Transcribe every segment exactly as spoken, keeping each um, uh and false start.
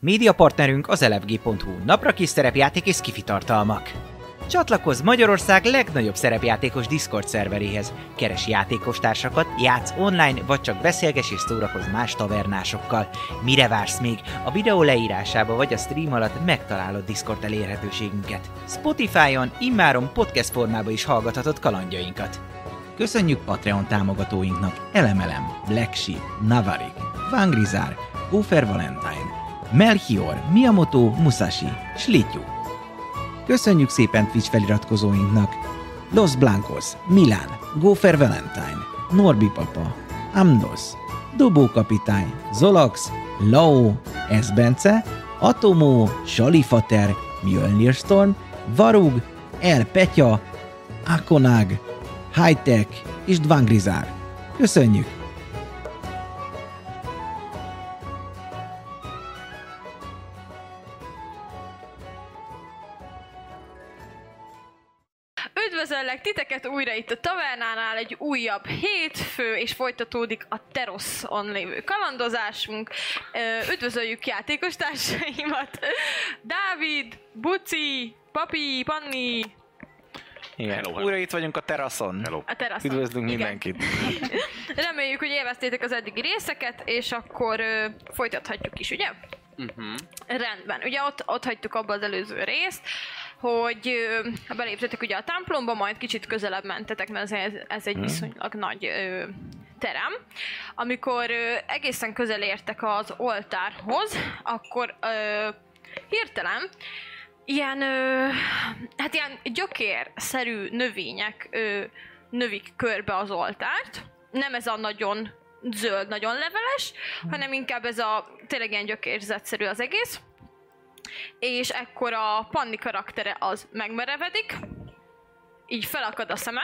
Médiapartnerünk az elefg pont hu, napra kis szerepjáték és skifi tartalmak. Csatlakozz Magyarország legnagyobb szerepjátékos Discord szerveréhez. Keres játékostársakat, játsz online, vagy csak beszélges és szórakozz más tavernásokkal. Mire vársz még? A videó leírásába vagy a stream alatt megtalálod Discord elérhetőségünket. Spotify-on immáron podcast formában is hallgathatod kalandjainkat. Köszönjük Patreon támogatóinknak Elemelem, Black Sheep, Navarik, Vangrizár, Gófer Valentine, Melchior, Miyamoto, Musashi, Slityu. Köszönjük szépen Twitch feliratkozóinknak Los Blancos, Milán, Gófer Valentine, Norbi Papa, Amnos, Dobó Kapitány, Zolax, Lao, Esbence, Atomó, Salifater, Mjölnir Storm, Varug, El Petya, Akonag, Hightech és Dvangrizár. Köszönjük! Üdvözöllek titeket újra itt a tavernánál, egy újabb hétfő, és folytatódik a Teroszon lévő kalandozásunk. Üdvözöljük játékos társaimat, Dávid, Buci, Papi, Panni. Igen, hello, hello. Újra itt vagyunk a teraszon. Hello. A teraszon. Üdvözlünk igen. Mindenkit. Reméljük, hogy élveztétek az eddigi részeket, és akkor ö, folytathatjuk is, ugye? Uh-huh. Rendben. Ugye ott, ott hagytuk abba az előző részt, hogy ö, beléptetek ugye a templomba, majd kicsit közelebb mentetek, mert ez, ez egy viszonylag nagy ö, terem. Amikor ö, egészen közel értek az oltárhoz, akkor ö, hirtelen ilyen, ö, hát ilyen gyökérszerű növények ö, növik körbe az oltárt. Nem ez a nagyon zöld, nagyon leveles, hanem inkább ez a tényleg ilyen gyökérzetszerű az egész. És ekkor a Panni karaktere az megmerevedik, így felakad a szeme.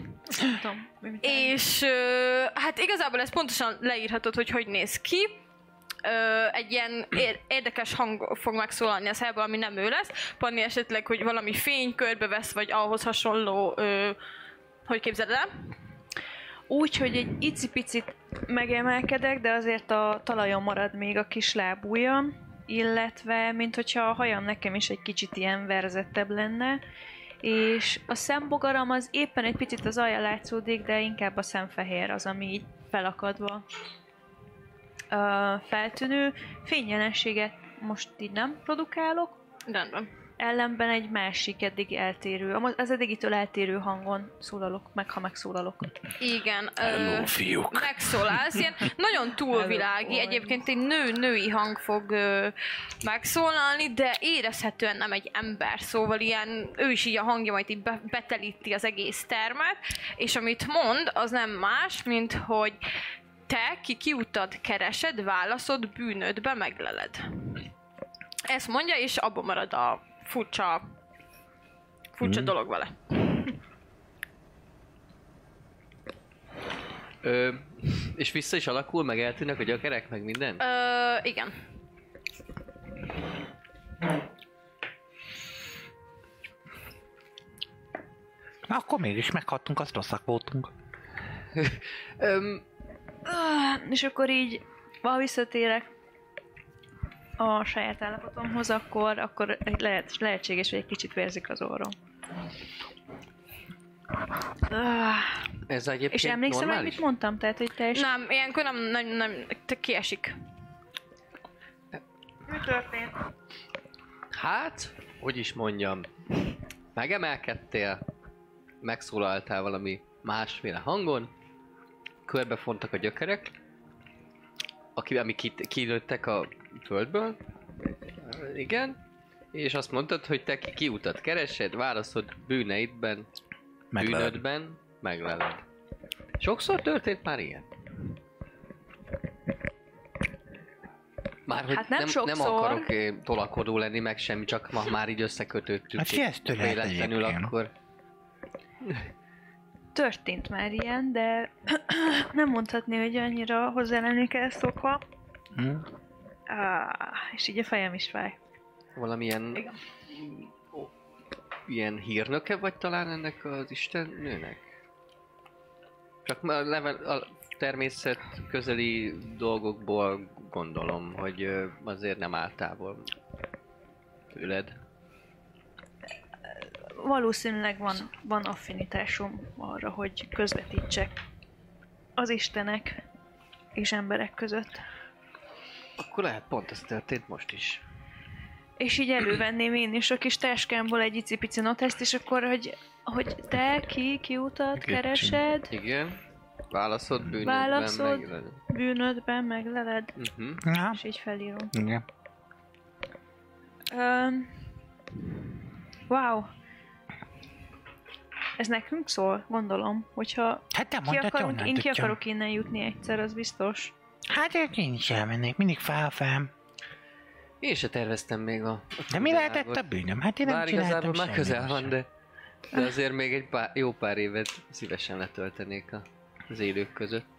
És ö, hát igazából ez pontosan leírhatod, hogy hogy néz ki. Ö, egy ilyen érdekes hang fog megszólalni az helyben, ami nem ő lesz. Panni esetleg, hogy valami fény körbevesz, vagy ahhoz hasonló, ö, hogy képzeld el? Úgy, hogy egy icipicit megemelkedek, de azért a talajon marad még a kis lábujjam, illetve, mint hogyha a hajam nekem is egy kicsit ilyen verzettebb lenne, és a szembogaram az éppen egy picit az alja látszódik, de inkább a szemfehér az, ami így felakadva uh, feltűnő. Fényjelenséget most így nem produkálok. Rendben. Ellenben egy másik eddig eltérő, az eddigitől eltérő hangon szólalok meg, ha megszólalok. Igen. Hello, ö, fiúk. Megszólalsz, ilyen nagyon túlvilági, egyébként egy nő-női hang fog ö, megszólalni, de érezhetően nem egy ember, szóval ilyen, ő is így a hangja majd így be, betelíti az egész termet, és amit mond, az nem más, mint hogy te, ki kiutat keresed, válaszod, bűnödbe megleled. Ezt mondja, és abban marad a furcsa, furcsa mm. dolog vele. Ö, és vissza is alakul, meg eltűnnek a gyökerek, meg minden? Ö, igen. Na akkor mégis meghattunk, azt rosszak voltunk. Öm, és akkor így, ha visszatérek a saját állapotomhoz, akkor, akkor lehet, lehetséges, hogy egy kicsit vérzik az orrom. Ez egyébként és emlékszem, hogy mit mondtam? Tehát, hogy te is... Nem, ilyenkor nem, nem, nem te kiesik. Mi történt? Hát, hogy is mondjam, megemelkedtél, megszólaltál valami másféle hangon, körbefontak a gyökerek, aki, ami kilőttek a földből, igen, és azt mondtad, hogy te kiutat keresed, válaszod bűneidben, megleled. bűnödben, megleled. Sokszor történt már ilyen? Már hogy hát nem, nem, nem akarok én tolakodó lenni, meg semmi, csak ma már így összekötöttük. Hát siesztő lehet véletlenül akkor. Történt már ilyen, de nem mondhatni, hogy annyira hozzá lennék elszokva. Hmm. Ah, és így a fejem is fáj. Valamilyen... Igen. Ó, ilyen hírnöke vagy talán ennek az istennőnek? Csak a, level, a természet közeli dolgokból gondolom, hogy ö, azért nem áll távol tőled. Valószínűleg van, van affinitásom arra, hogy közvetítsek az istenek és emberek között. Akkor lehet pont ez történt most is. És így elővenném én is a kis táskámból egy icipici noteszt, és akkor, hogy, hogy te ki, ki utat keresed, Igen. Válaszod bűnödben, Válaszod. meg... bűnödben megleled, Uh-huh. Ja, és így felírom. igen. Um, wow. Ez nekünk szól, gondolom, hogyha Hát te ki mondtad, akarunk, onnan én ki tudjam. akarok innen jutni egyszer, az biztos. Hát én is elmennék, mindig fel-fel. Én se terveztem még a... a De mi lehetett világot. a bűnöm? Hát én nem Bár csináltam igazából már semmi közel sem. van, de, de azért még egy pár, jó pár évet szívesen letöltenék a, az élők között.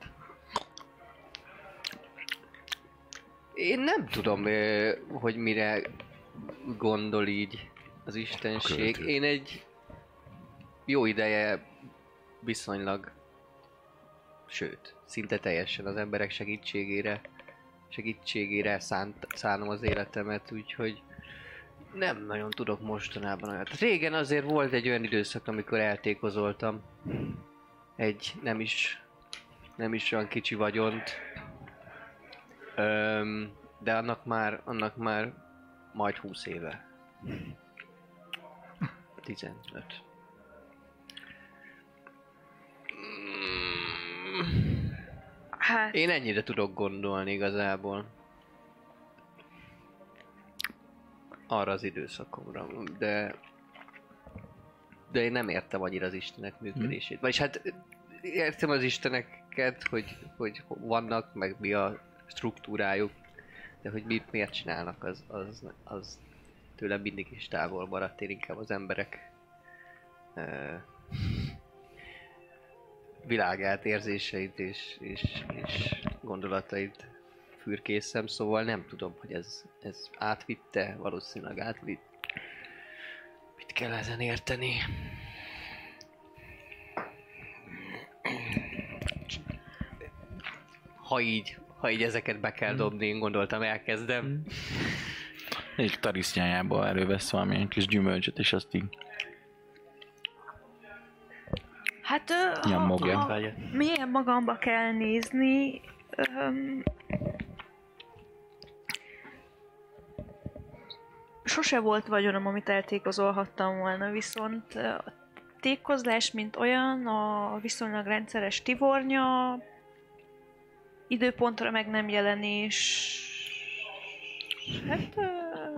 Én nem tudom, ö, hogy mire gondol így az istenség. Én egy jó ideje viszonylag, sőt, szinte teljesen az emberek segítségére segítségére szánt, szánom az életemet, úgyhogy nem nagyon tudok mostanában olyat. Régen azért volt egy olyan időszak, amikor eltékozoltam egy nem is, nem is olyan kicsi vagyont, Öm, de annak már, annak már majd húsz éve. tizenöt. Hát, Én ennyire tudok gondolni igazából. Arra az időszakomra, de... De én nem értem annyira az istenek működését. Vagyis hát értem az isteneket, hogy, hogy vannak, meg mi a struktúrájuk, de hogy mit miért csinálnak, az, az, az tőlem mindig is távol maradt. Én inkább az emberek uh, világát, érzéseit és, és, és gondolatait fürkészem, szóval nem tudom, hogy ez, ez átvitte, valószínűleg átvitt. Mit kell ezen érteni? Ha így, ha így ezeket be kell dobni, én gondoltam, elkezdem. Egy tarisznyájából elővesz valamilyen kis gyümölcsöt, és azt így hát ö, nyammogja. ha, ha milyen magamba kell nézni, öm, sose volt vagyonom, amit eltékozolhattam volna, viszont a tékozlás, mint olyan, a viszonylag rendszeres tivornya, időpontra meg nem jelenés, hát ö,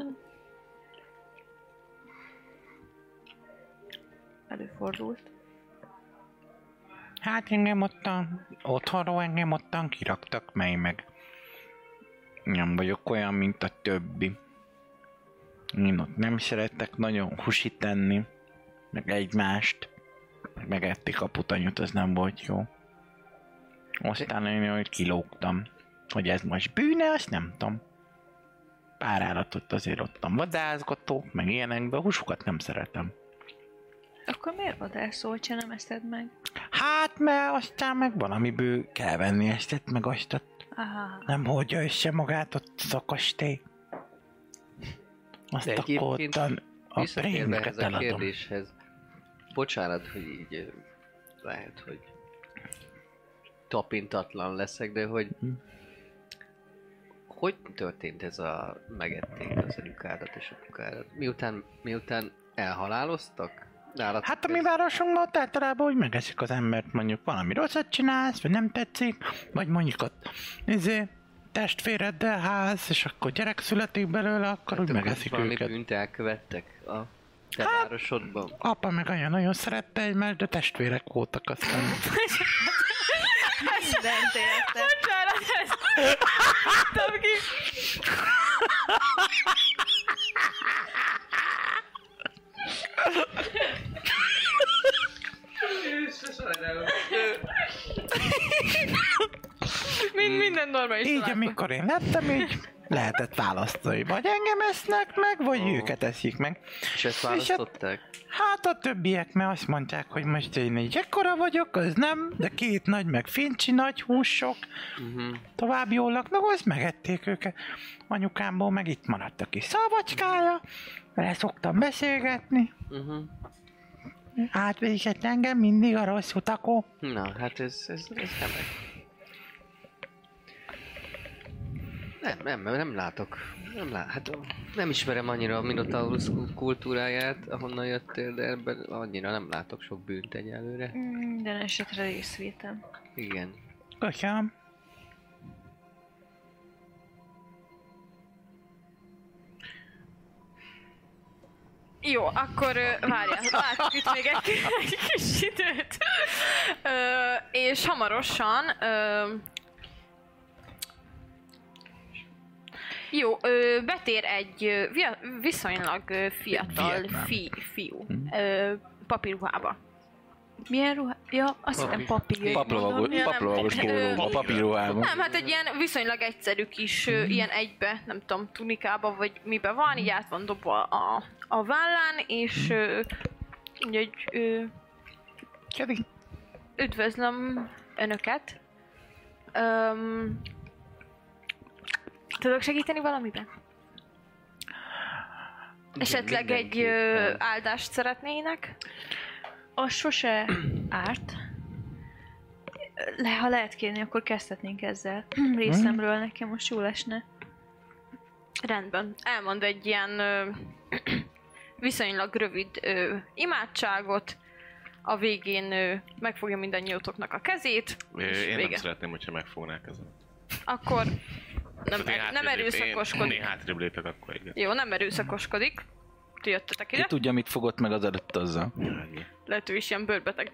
előfordult. Hát engem ottan, otthonról engem ottan kiraktak, mely meg nem vagyok olyan, mint a többi. Én ott nem szerettek nagyon husit tenni, meg egymást, meg megették a putanyot, az nem volt jó. Aztán én hogy kilógtam, hogy ez most bűne, azt nem tudom. Pár állatot azért ottan vadászgatók, meg ilyenekbe, a húsukat nem szeretem. Akkor miért vadászol, ha nem eszed meg? Hát, mert aztán meg valamiből kell venni ezt, meg azt, Aha. nem hordja össze magát a szakasté. Azt De akkor egyébként ottan a visszatérve prémeket ehhez a eladom. kérdéshez, bocsánat, hogy így ö, lehet, hogy tapintatlan leszek, de hogy Hm. hogy történt ez a megették az anyukádat és apukádat? Miután, miután elhaláloztak? Nálatok Hát a ez- mi városunkban ott általában úgy megeszik az embert, mondjuk valami rosszat csinálsz, vagy nem tetszik, vagy mondjuk ott izé, testvéreddel ház, és akkor gyerek születik belőle, akkor Hát úgy akkor megeszik valami őket. bűnt elkövettek a te Hát- városodban? Apa meg anya nagyon szerette egymást, de testvérek voltak aztán. Mindent értek. Bocsánat, ezt tudtam ki. Mind, minden normális Így, találkozó. amikor én lettem, így lehetett választani. Vagy engem esznek meg, vagy Ó. őket eszik meg. És ezt És hát- választották? Hát a többiek mert azt mondták, hogy most én egy ekkora vagyok, az nem, de két nagy, meg fincsi nagy húsok, Uh-huh. tovább jól laknak, azt megették őket. Anyukámból meg itt maradt a kis szavacskája, vele szoktam beszélgetni, Uh-huh. átvézett engem mindig a rossz utakon. Na, hát ez, ez, ez remek. Nem, nem, nem látok. Nem lát, hát nem ismerem annyira a Minotaurus kultúráját, ahonnan jöttél, de ebben annyira nem látok sok bűnt egyelőre. Minden esetre részvétem. Igen. Köszönöm. Jó, akkor ö, várjál, látjuk itt még egy, egy kis időt. Ö, és hamarosan... Ö, jó, ö, betér egy ö, via- viszonylag ö, fiatal Vietnám. fi, fiú ö, papírruhába. Milyen ruha? Ja, azt hittem papír. Paplovagos, Ja, nem. paplovagos Ö, pólóba, papírruhában. Nem, hát egy ilyen viszonylag egyszerű kis, ö, ilyen egybe, nem tudom, tunikába vagy mibe van, így át van dobva a, a vállán, és ö, így, hogy ö, Kedi. üdvözlöm önöket. Öm, tudok segíteni valamiben? Esetleg egy ö, mindenképpen. áldást szeretnének? Az sose árt. Le, ha lehet kérni, akkor kezdhetnénk ezzel. Részemről nekem most jól esne. Rendben. Elmond egy ilyen ö, viszonylag rövid ö, imádságot. A végén ö, megfogja mindannyiótoknak a kezét. Ö, és Én vége. nem szeretném, hogyha megfognák ezen. Akkor nem, Tehát én nem hátrébb lép- erőszakoskodik. Én, én hátrébb lépek, akkor igen. Jó, nem erőszakoskodik. Ti jöttetek Ki ide. tudja, mit fogott meg az előtt azzal? Ennyi. Lehet ő is ilyen bőrbeteg.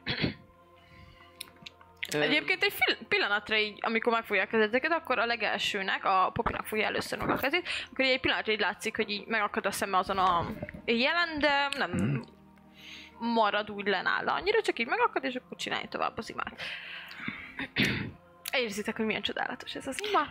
Ö, Egyébként egy fil- pillanatra így, amikor megfogják a kezeket, akkor a legelsőnek, a popinak fogja először meg a kezét, akkor így egy pillanatra így látszik, hogy így megakad a szeme azon a jelen, de nem marad úgy lenállva annyira, csak így megakad, és akkor csinálja tovább az imát. Érzitek, hogy milyen csodálatos ez az ima?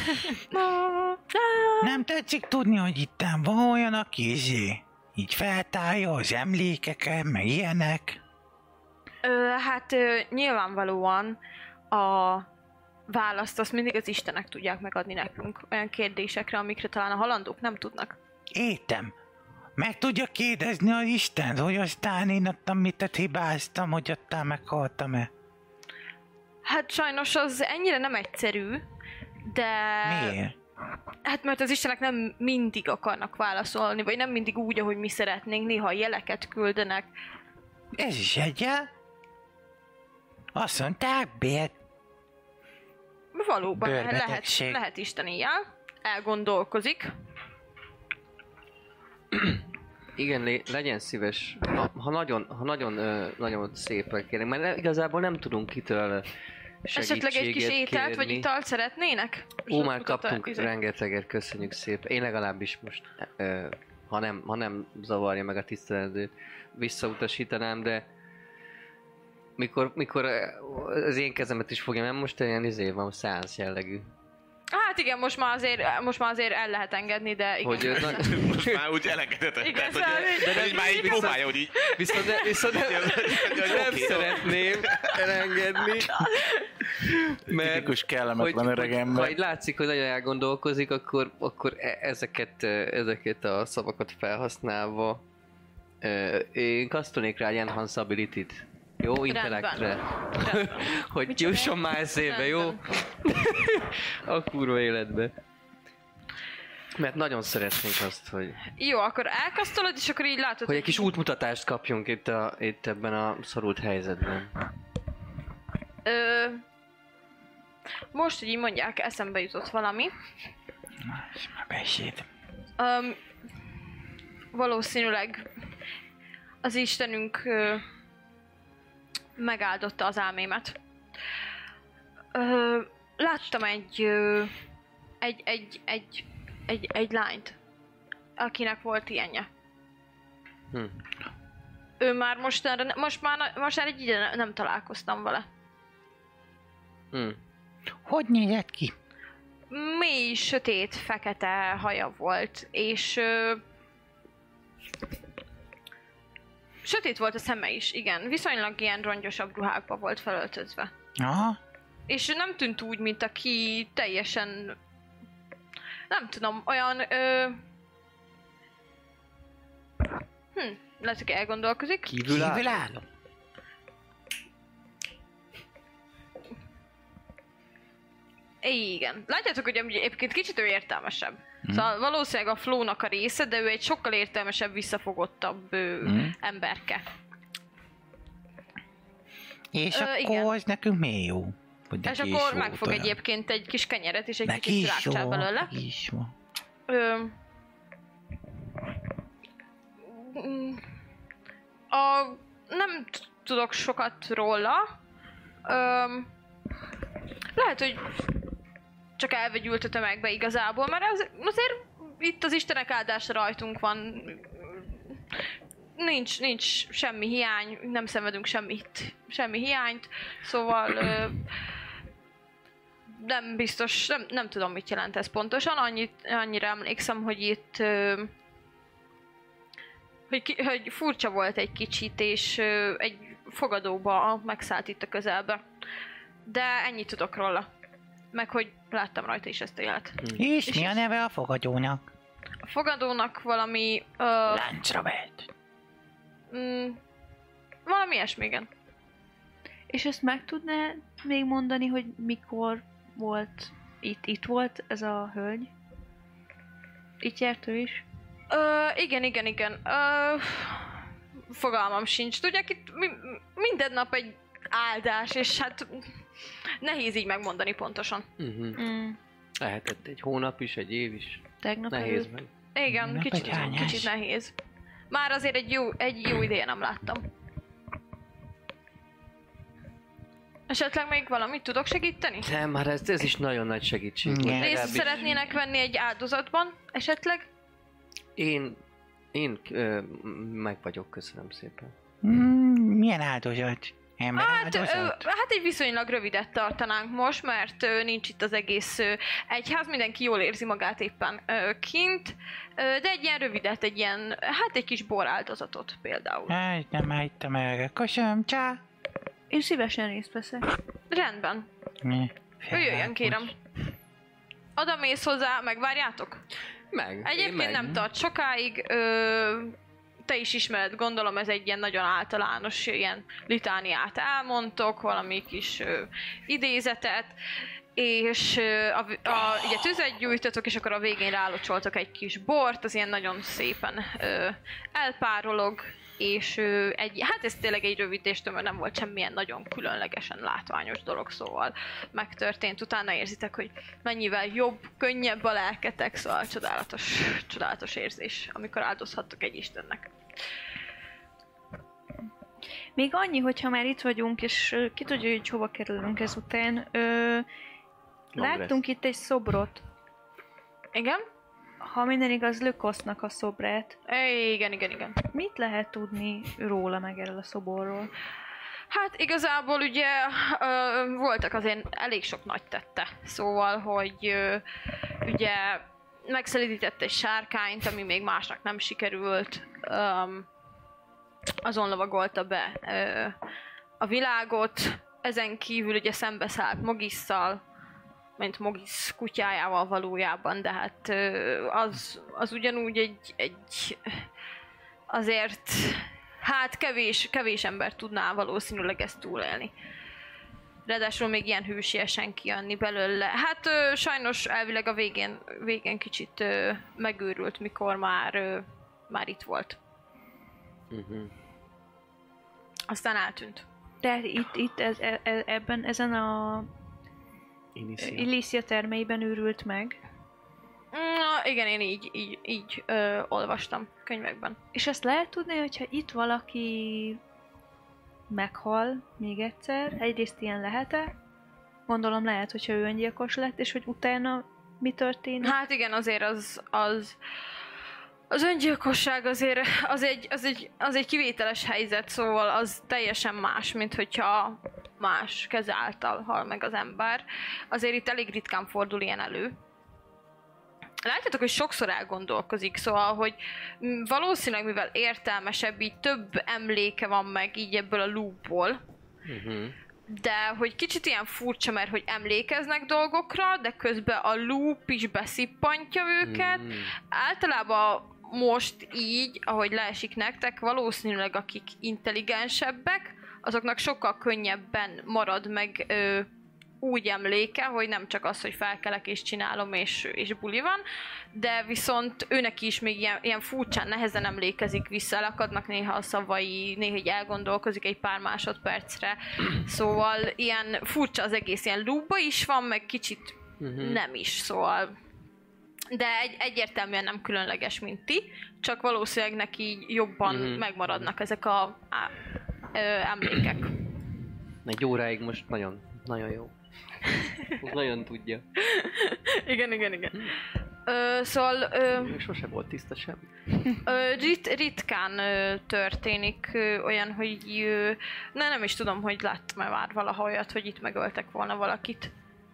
Nem tetszik tudni, hogy itt van olyan, aki izé, így feltálja az emlékeket, meg ilyenek. Ö, hát ö, nyilvánvalóan a választ azt mindig az istenek tudják megadni nekünk olyan kérdésekre, amikre talán a halandók nem tudnak. Értem. Meg tudja kérdezni az Isten, hogy aztán én ott, amit hibáztam, hogy aztán meghaltam-e. Hát sajnos az ennyire nem egyszerű, de... Miért? Hát mert az istenek nem mindig akarnak válaszolni, vagy nem mindig úgy, ahogy mi szeretnénk, néha jeleket küldenek. Ez is egyel? Azt mondták, bér. Valóban lehet, Bőrbetegség. lehet isteni jel, elgondolkozik. Igen, lé- legyen szíves. Ha, ha nagyon, ha nagyon, ö, nagyon szépen kérnek, mert igazából nem tudunk kitől segítséget Esetleg egy kis ételt vagy kérni. italt szeretnének? Ó, már Mutat- kaptunk izé. rengeteget, köszönjük szépen. Én legalábbis most, ö, ha, nem, ha nem zavarja meg a tiszteletét, visszautasítanám, de mikor, mikor ö, az én kezemet is fogja, mert most ilyen izé van, száz jellegű. Hát igen, most már azért, most már azért el lehet engedni, de igen. Hogy, ö, na, Most már úgy elengedhetem. Igen, Tehát, hogy, szóval- de, de, de már így viszont- próbálja, hogy így... viszont, ne, viszont nem, nem Oké. szeretném elengedni, mert Tipikus kellemetlen hogy, öreg hogy, ember. ha így látszik, hogy nagyon elgondolkozik, akkor, akkor e- ezeket, e, ezeket a szavakat felhasználva e, én kasztolnék rá egy Enhance Ability-t. Jó, intellektre. Rendben. Hogy jusson már eszébe, jó? A kurva életbe. Mert nagyon szeretnénk azt, hogy, Jó, akkor elkasztolod, és akkor így látod, hogy egy kis útmutatást kapjunk itt, a, itt ebben a szorult helyzetben. Ö, most, hogy így mondják, eszembe jutott valami. És már beszéd. Um, valószínűleg az Istenünk ö, megáldotta az álmémet. Ö, láttam egy, ö, egy, egy, egy, egy, egy lányt, akinek volt ilyenje. Hm. Ő már mostanra, most már, most már egy ide nem találkoztam vele. Hm. Hogy nézett ki? mély, sötét, fekete haja volt, és ö, sötét volt a szeme is, igen. Viszonylag ilyen rongyosabb ruhákba volt felöltözve. Aha. És nem tűnt úgy, mint aki teljesen, nem tudom, olyan... Ö, hm, lehet, hogy elgondolkozik. Kívülálló? Kívülálló? Igen. Látjátok, hogy amúgy egyébként kicsit ő értelmesebb. Hmm. Szóval valószínűleg a flow-nak a része, de ő egy sokkal értelmesebb, visszafogottabb ő, Hmm. emberke. És Ö, akkor igen. ez nekünk miért jó? Hogy És neki akkor is megfog volt olyan. egyébként egy kis kenyeret, és egy Neki kicsit is jó, rákcsál belőle. neki is jó. Ö, mm, a, nem t- tudok sokat róla. Ö, lehet, hogy csak elvegyült a tömegbe igazából, mert az, azért itt az Istenek áldása rajtunk van. Nincs, nincs semmi hiány, nem szenvedünk semmit, semmi hiányt, szóval ö, nem biztos, nem, nem tudom, mit jelent ez pontosan, annyit, annyira emlékszem, hogy itt ö, hogy, ki, hogy furcsa volt egy kicsit, és ö, egy fogadóba megszállt itt a közelbe. De ennyit tudok róla. Meg hogy láttam rajta is ezt a jelet. És, És mi a ez- neve a fogadónak? A fogadónak valami... Ö, Láncra vett. mm, valami ilyesmi, igen. És ezt meg tudná még mondani, hogy mikor volt itt, itt volt ez a hölgy? Itt járt ő is? Ö, igen, igen, igen. Ö, fogalmam sincs. Tudják, itt mi, minden nap egy áldás, és hát nehéz így megmondani pontosan. Uh-huh. Mm, Lehetett egy hónap is, egy év is. tegnap Nehéz előtt. meg. Igen, Nap kicsit, egy hányás. kicsit nehéz. Már azért egy jó, egy jó ideje nem láttam. Esetleg még valamit tudok segíteni? De már ez, ez is nagyon nagy segítség. Igen. volt. Részt Legalábbis szeretnének venni egy áldozatban, esetleg? Én, én ö, meg vagyok, köszönöm szépen. Mm, milyen áldozat? Ember Hát, ö, áldozat? hát egy viszonylag rövidet tartanánk most, mert ö, nincs itt az egész ö, egyház, mindenki jól érzi magát éppen ö, kint, ö, de egy ilyen rövidet, egy ilyen, hát egy kis boráldozatot például. Hát, nem álltam erre. Köszönöm, csá. Én szívesen részt veszek. Rendben, Mi? ő jöjjön kérem. Oda mész hozzá, megvárjátok? Meg. Egyébként én meg. nem tart sokáig, ö, te is ismered, gondolom ez egy ilyen nagyon általános ilyen litániát elmondtok, valami kis ö, idézetet, és ö, a, a, ugye tüzet gyújtotok, és akkor a végén rálocsoltok egy kis bort, az ilyen nagyon szépen ö, elpárolog, és ö, egy, hát ez tényleg egy rövidítés, mert nem volt semmilyen nagyon különlegesen látványos dolog, szóval megtörtént. Utána érzitek, hogy mennyivel jobb, könnyebb a lelketek, szóval csodálatos, csodálatos érzés, amikor áldozhattok egy Istennek. Még annyi, hogyha már itt vagyunk, és ö, ki tudja, hogy hova kerülünk ezután. Ö, láttunk itt egy szobrot. Igen? Ha minden igaz, Lökosznak a szobrát. Igen, igen, igen. Mit lehet tudni róla, meg erről a szoborról? Hát igazából ugye ö, voltak azért elég sok nagy tette, szóval, hogy ö, ugye megszelidített egy sárkányt, ami még másnak nem sikerült, öm, azon lovagolta be ö, a világot, ezen kívül ugye szembeszállt Mogisszal, mint Mogis kutyájával valójában, de hát ö, az, az ugyanúgy egy, egy azért hát kevés, kevés ember tudná valószínűleg ezt túlélni. Ráadásul még ilyen hősiesen kijönni belőle. Hát ö, sajnos elvileg a végén, végén kicsit ö, megőrült, mikor már, ö, már itt volt. Uh-huh. Aztán eltűnt. Tehát itt, itt ez, e, e- ebben, ezen a Inicia. Elysia termeiben őrült meg. Na, igen, én így, így, így ö, olvastam könyvekben. És ezt lehet tudni, hogyha itt valaki meghal még egyszer, egyrészt ilyen lehet-e? Gondolom lehet, hogyha ő öngyilkos lett, és hogy utána mi történik? Hát igen, azért az, az az öngyilkosság azért az egy, az, egy, az egy kivételes helyzet, szóval az teljesen más, mint hogyha más kez által hal meg az ember. Azért itt elég ritkán fordul ilyen elő. Látjátok, hogy sokszor elgondolkozik, szóval, hogy valószínűleg mivel értelmesebb, így több emléke van meg így ebből a loopból. Uh-huh. De hogy kicsit ilyen furcsa, mert hogy emlékeznek dolgokra, de közben a loop is beszippantja őket. Uh-huh. Általában most így, ahogy leesik nektek, valószínűleg akik intelligensebbek, azoknak sokkal könnyebben marad meg ö, úgy emléke, hogy nem csak az, hogy felkelek és csinálom és, és buli van, de viszont őnek is még ilyen, ilyen furcsán nehezen emlékezik vissza, elakadnak néha a szavai, néha így elgondolkozik egy pár másodpercre, szóval ilyen furcsa az egész, ilyen loopba is van, meg kicsit uh-huh. nem is, szóval de egy, egyértelműen nem különleges, mint ti, csak valószínűleg neki jobban uh-huh. megmaradnak ezek a á, ö, emlékek. Egy óráig most nagyon, nagyon jó. Nagyon tudja. Igen, igen, igen. Ö, szóval... Ö, sose volt tiszta sem. Ö, rit, ritkán ö, történik ö, olyan, hogy ö, ne, nem is tudom, hogy láttam-e már valaha olyat, hogy itt megöltek volna valakit.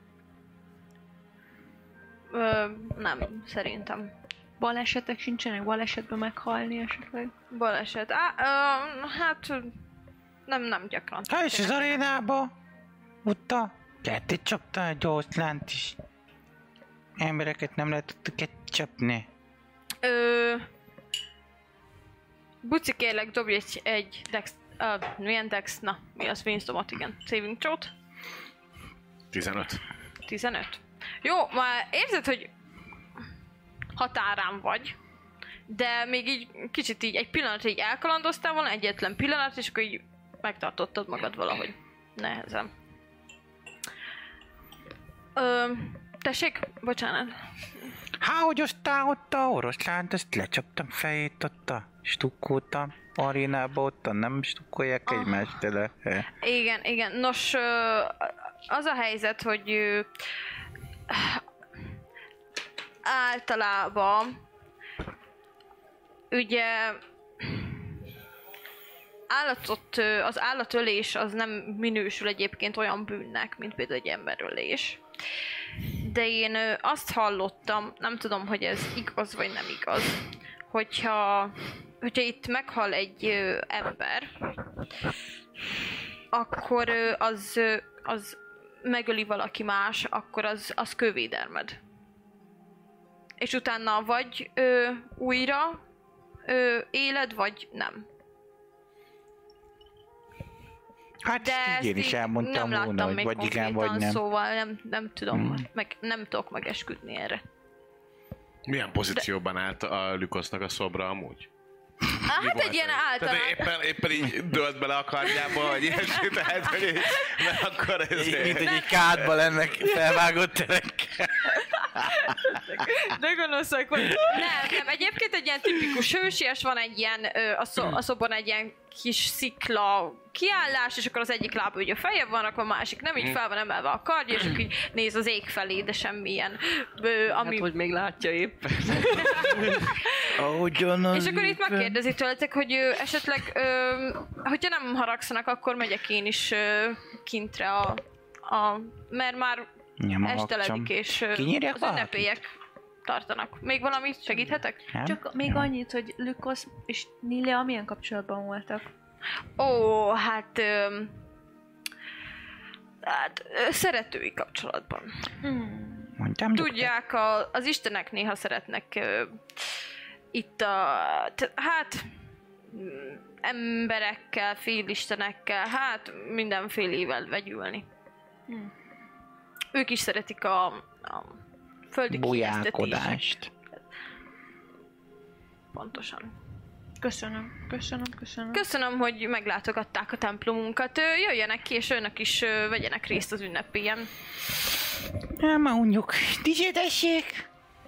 Ö, nem, szerintem. Balesetek sincsenek? Balesetben meghalni esetleg? Baleset? Á, ö, hát nem, nem gyakran. Ha és az arénába utta, ketté csapta egy oroszlánt is. Embereket nem lehetett ketcsapni. Ö... Buci, kérlek, dobj egy, egy dex... Uh, milyen dex? Na, mi az? Wisdomot, igen. Saving throw-t. tizenöt. tizenöt. Jó, már érzed, hogy határán vagy, de még így kicsit így egy pillanatra így elkalandoztál volna, egyetlen pillanat, és akkor így megtartottad magad valahogy nehezen. Ö, tessék? Bocsánat. Há, hogy aztán ott a oroszlánt, ezt lecsaptam fejét ott a stukkóta arénába, ott nem stukkolják Aha. egymást tele. Igen, igen. Nos, az a helyzet, hogy általában ugye állatot, az állatölés az nem minősül egyébként olyan bűnnek, mint például egy emberölés. De én azt hallottam, nem tudom, hogy ez igaz vagy nem igaz, hogyha, hogyha itt meghal egy ember, akkor az, az megöli valaki más, akkor az, az kővédelmed. És utána vagy ö, újra ö, éled, vagy nem. Hát de így én is elmondtam nem volna, hogy vagy igen, vagy nem. Szóval nem, nem tudom, hmm. meg nem tudok megesküdni erre. Milyen pozícióban de... állt a Lükosznak a szobra amúgy? Hát egy ilyen általán... Tehát éppen, éppen így dölt bele a kardjába, vagy ilyesmi, tehát, hogy így, mert akkor ez... Mint hogy egy kádba lennek felvágott terekkel. De gonoszak vagy. Nem, nem, egyébként egy ilyen tipikus hősies, van egy ilyen, a, szob- a szobon egy ilyen kis szikla kiállás, és akkor az egyik lába ugye a feje van, akkor a másik nem, így fel van emelve a kardja, és akkor így néz az ég felé, de semmilyen... Ö, ami... Hát, hogy még látja épp. És akkor itt megkérdezi tőletek, hogy ö, esetleg, ö, hogyha nem haragszanak, akkor megyek én is ö, kintre a, a... mert már esteledik, és ö, az ünnepélyek tartanak. Még valamit segíthetek? Nem? Csak még annyit, hogy Lükosz és Nilia milyen kapcsolatban voltak? Ó, hát... Ö, hát ö, szeretői kapcsolatban. Hmm. Mondjam, tudják, a, az istenek néha szeretnek ö, itt a... T- hát... emberekkel, félistenekkel, hát mindenfélével vegyülni. Hmm. Ők is szeretik a, a földi bujálkodást. Pontosan. Köszönöm, köszönöm, köszönöm. Köszönöm, hogy meglátogatták a templomunkat. Jöjjenek ki, és önök is vegyenek részt az ünnepélyen. Nem mondjuk. Dicsétessék!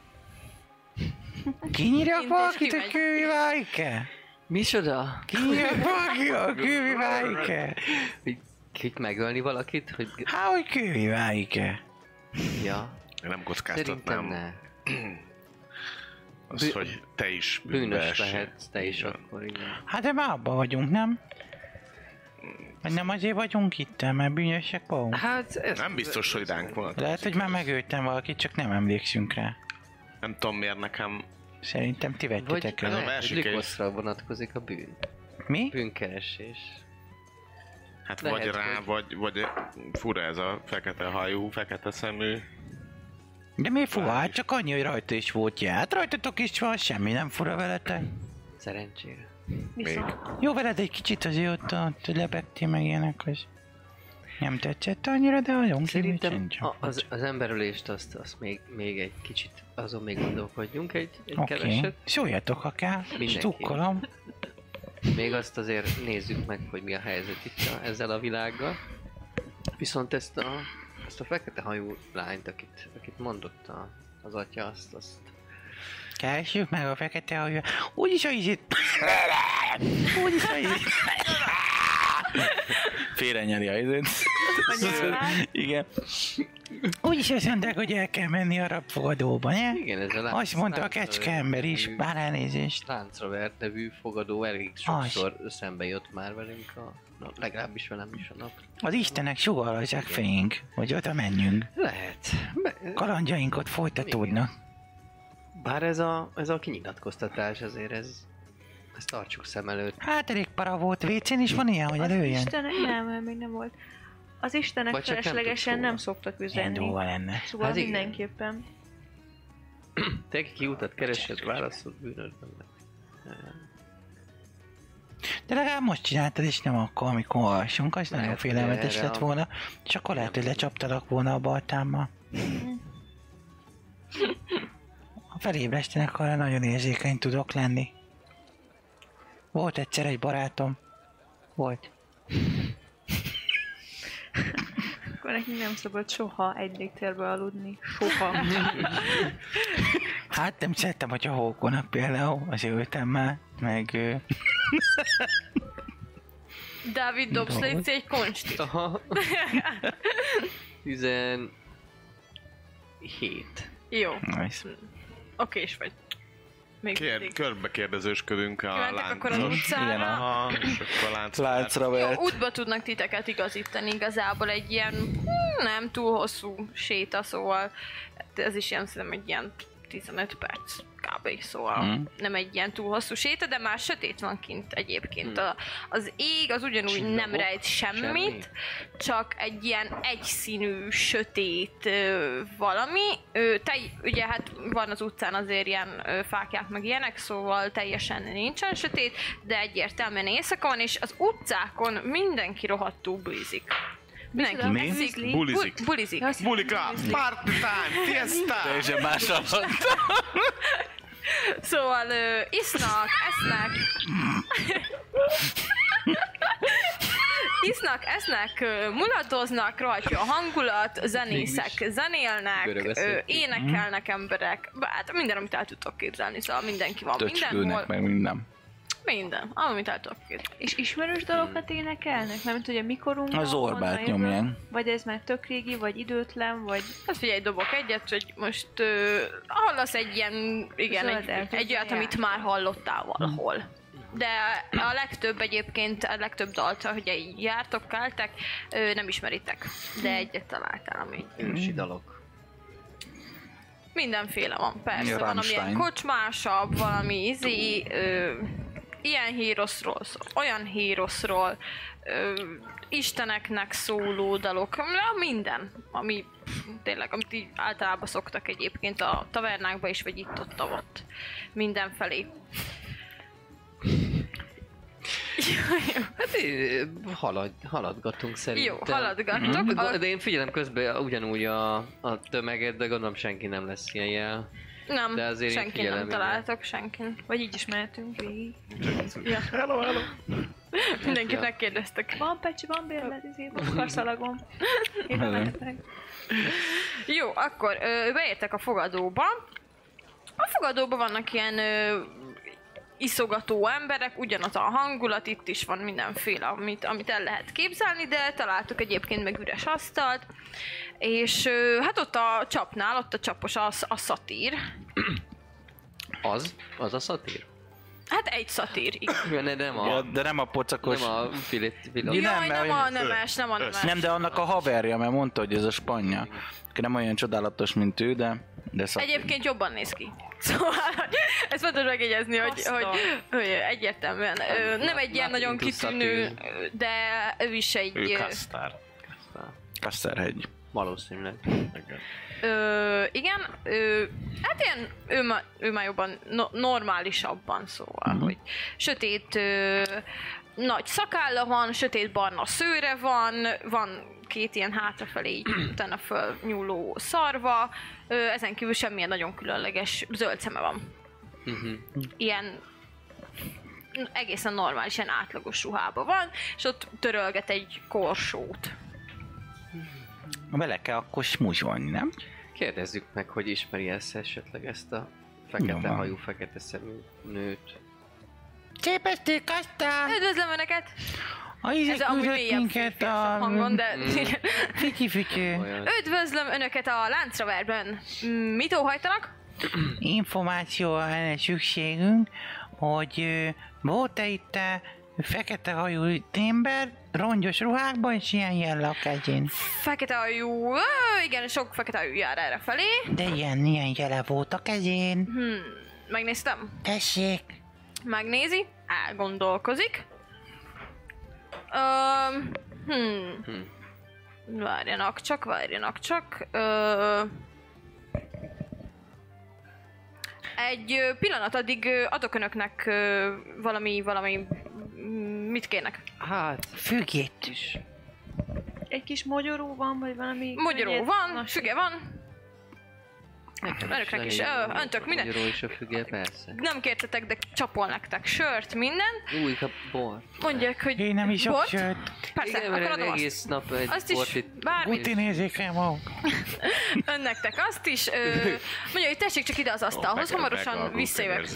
Kinyírja valakit a kőviváike? Micsoda? Kinyírja valaki a kőviváike? Hogy megölni valakit? Hogy... Há, hogy kőviváike? Ja. Én nem kockáztatnám. Ne. Az, Bű... hogy te is bűnös lehetsz, te is igen. Akkor igen. Hát de már abban vagyunk, nem? Vagy nem azért vagyunk itt, mert bűnösek vagyunk? Hát ez... Nem biztos, hogy ránk vonat. Lehet, hogy már megöltem valakit, csak nem emlékszünk rá. Nem tudom miért nekem... Szerintem ti Vagy vettetek el. lehet, hogy másik egy- Likoszra vonatkozik a bűn. Mi? Hát Bűnkeresés. vagy Lehet, rá, hogy- vagy, vagy fura ez a fekete hajú, fekete szemű. De mi fura? Hát csak annyi, hogy rajta is volt jel. Hát rajtatok is van, semmi nem fura veletek. Szerencsére. Viszont. Jó veled egy kicsit azért ott, ott lebegtél meg ilyenek, hogy nem tetszett annyira, de nagyon kívül Szerintem sincs. a, az, az emberölést azt, azt még, még egy kicsit, azon még gondolkodjunk egy, egy Oké, keveset. okay. Szóljatok akár, Mindenki. stukkolom. Még azt azért nézzük meg, hogy mi a helyzet itt a, ezzel a világgal. Viszont ezt a, ezt a fekete hajú lányt, akit, akit mondott a, az atya, azt, azt Keresjük meg a fekete hajú. Úgyis a izét... Úgyis a izét... Félre nyeri a izét. Igen. Úgyis azt mondták, hogy el kell menni a rabfogadóba, ne? igen, ez a lánc, Azt mondta a láncra kecske ember is, nevű- bár elnézést. Láncra vert nevű fogadó elég sokszor szembe jött már velünk a, na, legalábbis velem is a nap. Az istenek sugarazzák fénk, hogy oda menjünk. Lehet. Be, Kalandjainkat folytatódnak. bár ez a, ez a kinyilatkoztatás azért ez, ezt tartsuk szem előtt. Hát elég para volt, vécén is van ilyen, hogy Az előjön. Istenek, nem, még nem volt. Az Istenek Vagy csak nem feleslegesen tudsz nem, róla. szoktak Ilyen üzenni. dolga lenne. Szóval Hát igen. mindenképpen. Te ki utat keresed, válaszol bűnödben. De legalább most csináltad, és nem akkor, amikor alsunk, az nagyon Lehet, félelmetes erre lett a- volna. És akkor lehet, hogy lecsaptalak volna a baltámmal. Ha felébresztenek, arra nagyon érzékeny tudok lenni. Volt egyszer egy barátom. Volt. Akkor nekünk nem szabad soha egy légtérbe aludni. Soha. Hát nem szerettem, hogy a hókonak például, az öltem már, meg... ö, Dávid, dobsz légy egy konstit. Aha. tizenhét. Jó, Nice. okés vagy. Még Kér, mindig. körbe kérdezősködünk a Kimentek akkor az láncos. utcára. Igen, Aha, és akkor a lánc. Láncra Jó, útba tudnak titeket igazítani igazából egy ilyen hmm, nem túl hosszú séta, szóval ez is ilyen szerintem egy ilyen tizenöt perc kb. Szóval Mm. mm. nem egy ilyen túl hosszú séta, de már sötét van kint egyébként. A, az ég az ugyanúgy Csillagok? nem rejt semmit, Semmi? csak egy ilyen egyszínű, sötét ö, valami. Ö, te, ugye hát van az utcán azért ilyen ö, fákják meg ilyenek, szóval teljesen nincsen sötét, de egyértelműen éjszaka van, és az utcákon mindenki rohadtul bulizik. Mindenki Mi? eszik, Bulizik. bu- bulizik. Ja, azt Bulika, party time, fiesta! Teljesen másra Szóval ö, isznak, esznek. Isznak, esznek, ö, mulatoznak, rohadt jó a hangulat, zenészek zenélnek, Görög ö, beszélték. énekelnek emberek, hát minden, amit el tudtok képzelni, szóval mindenki van mindenhol. Töcskülnek meg minden. Minden, amit el tudok képzelni. És ismerős dalokat énekelnek? Nem tudom, hogy a mikorunkban Az Orbát honnan jövő? nyomják. Vagy ez már tök régi, vagy időtlen, vagy... Hát figyelj, dobok egyet, hogy most ö, hallasz egy ilyen, igen, Zöld egy, elkezdve egy olyat, amit játszani. már hallottál valahol. De a legtöbb egyébként, a legtöbb dalt, hogy így jártok, keltek, ö, nem ismeritek. De egyet találtál, ami Ősi dalok. mindenféle van, persze. Ja, Van, ami Rammstein. ilyen kocsmásabb, valami izé, ö, ilyen híroszról szól, olyan híroszról, ö, isteneknek szóló dalok, ja, minden, ami pff, tényleg, amit így általában szoktak egyébként a tavernákba is, vagy itt-ott, ott, mindenfelé. Hát én, halad, haladgatunk szerintem. Jó, haladgattok. De, A, de én figyelem közben ugyanúgy a, a tömeget, de gondolom senki nem lesz ilyen jel. nem, de azért én senki figyelem nem ide. találtok, senkin. Vagy így is mehetünk végig. Ja. Hello, hello! Mindenkit Ja. megkérdeztek. Van pecsi, van bérlet, izé, van karszalagom. Én nem mehetek. Jó, akkor ö, beértek a fogadóba. A fogadóban vannak ilyen ö, iszogató emberek, ugyanaz a hangulat, itt is van mindenféle, amit, amit el lehet képzelni, de találtuk egyébként meg üres asztalt, és ö, hát ott a csapnál, ott a csapos a, a szatír. Az? Az a szatír? Hát egy szatír, igen. Ja, de nem a... Ja, de nem a pocakos... Nem a filit... filit. Jaj, nem, nem, mert a olyan- nemes, nem a nemes. Nem, de annak a haverja, mert mondta, hogy ez a spanya. Aki nem olyan csodálatos, mint ő, de... de szatír. Egyébként jobban néz ki. Szóval, ezt fontos megjegyezni, hogy, Aztán. hogy, hogy egyértelműen. Ö, nem egy ilyen nagyon Látunk kitűnő, szatír. de ő is egy... Ő ö, Kasztár. Kaszerhegy. Valószínűleg. Ö, igen, ö, hát ilyen, ő, ma, ő már jobban no, normálisabban, szóval, Mhm. hogy sötét ö, nagy szakálla van, sötét barna szőre van, van két ilyen hátrafelé így utána föl nyúló szarva, ö, ezen kívül semmilyen nagyon különleges zöld szeme van. Mhm. Ilyen egészen normális, ilyen átlagos ruhában van, és ott törölget egy korsót. Vele kell akkor smuzsolni, nem? Kérdezzük meg, hogy ismeri ezt esetleg ezt a Jó fekete van. hajú, fekete szemű nőt. Szép estét, Kasztár! Üdvözlöm Önöket! A izé Ez amúgy küldött mélyebb minket férfiasabb a... hangon, de... Fiki-fiki. Olyan. Üdvözlöm Önöket a Láncraverben! Mit óhajtanak? Információra lenne szükségünk, hogy ö, volt-e itt a fekete hajú ember, rongyos ruhákban, és ilyen jell a kezén. Fekete hajú... Ö, igen, sok fekete hajú jár erre felé. De ilyen, ilyen jele volt a kezén. Hmm, megnéztem. Tessék. Megnézi, elgondolkozik. Um, hmm. Hmm. Várjanak csak, várjanak csak. Ö, egy ö, pillanat, addig ö, adok Önöknek ö, valami, valami... mm, Mit kérnek? Hát, Fügét. is. Egy kis mogyoró van, vagy valami... Magyaró könnyed- van, Na, füge van. Önöknek is, ö, öntök minden. Magyarul is a füge, persze. Nem kértetek, de csapol nektek sört, mindent. Új, a bor. Mondják, hogy Én nem is bort? sőt. Persze, Igen, akkor mert adom azt. egész nap egy Azt is, bort itt. bármit. Gutinézzék el maguk. Önnek azt is. Ö, mondja, hogy tessék csak ide az asztalhoz, hamarosan visszajövök.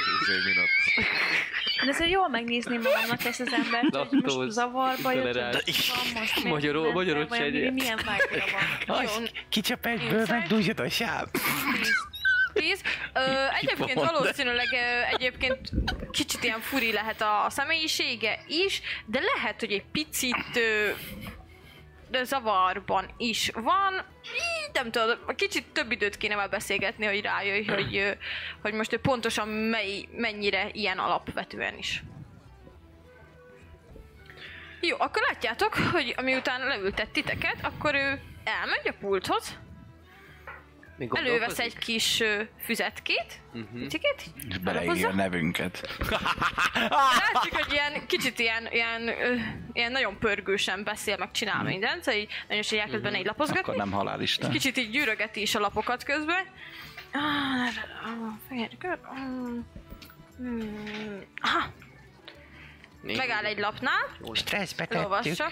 De ezért jól megnézni magamnak ezt az embert, hogy most Laktóz zavarba jött, intoleráns. hogy van most, miért Magyarul- ment el, magyarul vajon csinálja. mi- milyen vágyra van. Jó, Kicsap egyből, Insight. meg dúsod a sáv. tíz. Ö, egyébként valószínűleg ö, egyébként kicsit ilyen furi lehet a személyisége is, de lehet, hogy egy picit ö, de zavarban is van. Így, nem tudom, kicsit több időt kéne már beszélgetni, hogy rájöjj, hogy, ö, hogy most ő pontosan mely, mennyire ilyen alapvetően is. Jó, akkor látjátok, hogy miután leültett titeket, akkor ő elmegy a pulthoz, Még elővesz gondolkozik? egy kis ö, füzetkét, Mhm. picikét, És beleírja a nevünket. látszik, hogy ilyen kicsit ilyen, ilyen, ö, ilyen nagyon pörgősen beszél, meg csinál mindent, szóval így nagyon is elkezd benne így Akkor lapozgatni. nem halálista. Kicsit így gyűrögeti is a lapokat közben. Ah, ah, fehér kör. mm, mm, aha, Még megáll egy lapnál, Stresszbe tettük. olvassa.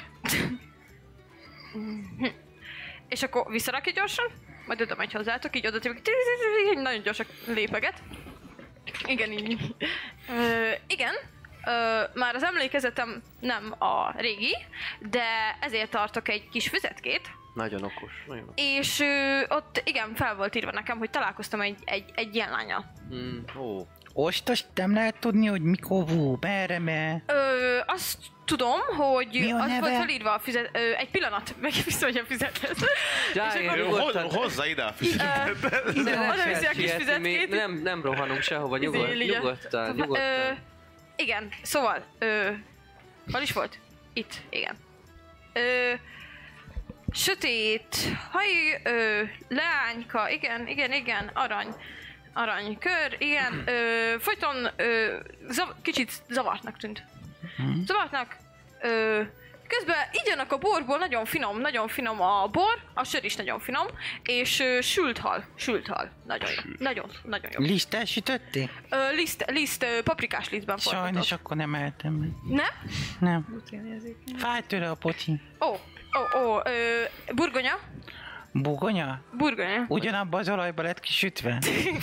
És akkor visszarakja gyorsan, majd oda megy hozzátok, így oda tűnik, nagyon gyorsan lépeget. Igen, így. Ö, igen, ö, már az emlékezetem nem a régi, de ezért tartok egy kis füzetkét, Nagyon okos. Nagyon okos. és ö, ott igen, fel volt írva nekem, hogy találkoztam egy, egy, egy ilyen lányal. Mm, ó. Ostos, nem lehet tudni, hogy mikor vú, merre, me. Ö, azt tudom, hogy Mi a az neve? volt felírva a füzet... Ö, egy pillanat, meg visszamegy a füzethez. Gyárj, akkor- nyugodtan. Hozza ide a fizetőt. Ö, Nem oda viszi a kis sietni, mi füzetkét. Nem, nem rohanunk sehova, nyugod, Izé, így a- nyugodtan, Ö, nyugodtan. igen, szóval, ö, hol is volt? Itt, igen. Ö, sötét, hajú, ö, leányka, igen, igen, igen, arany, aranykör, igen, ö, folyton ö, zav- kicsit zavartnak tűnt. Zavartnak, ö, közben igyanak a borból, nagyon finom, nagyon finom a bor, a sör is nagyon finom, és ö, sült hal, sült hal, nagyon jó, nagyon, nagyon jó. Listát sütötték? Ö, liszt, liszt, ö, paprikás lisztben Sajnos forgatott. akkor nem eltem meg. Nem? Nem. Gluténérzékeny. Fáj tőle a pocsi. Ó, ó, ó, ö, burgonya, Bugonya? burgonya. Ugyanabban az olajba lett kisütve?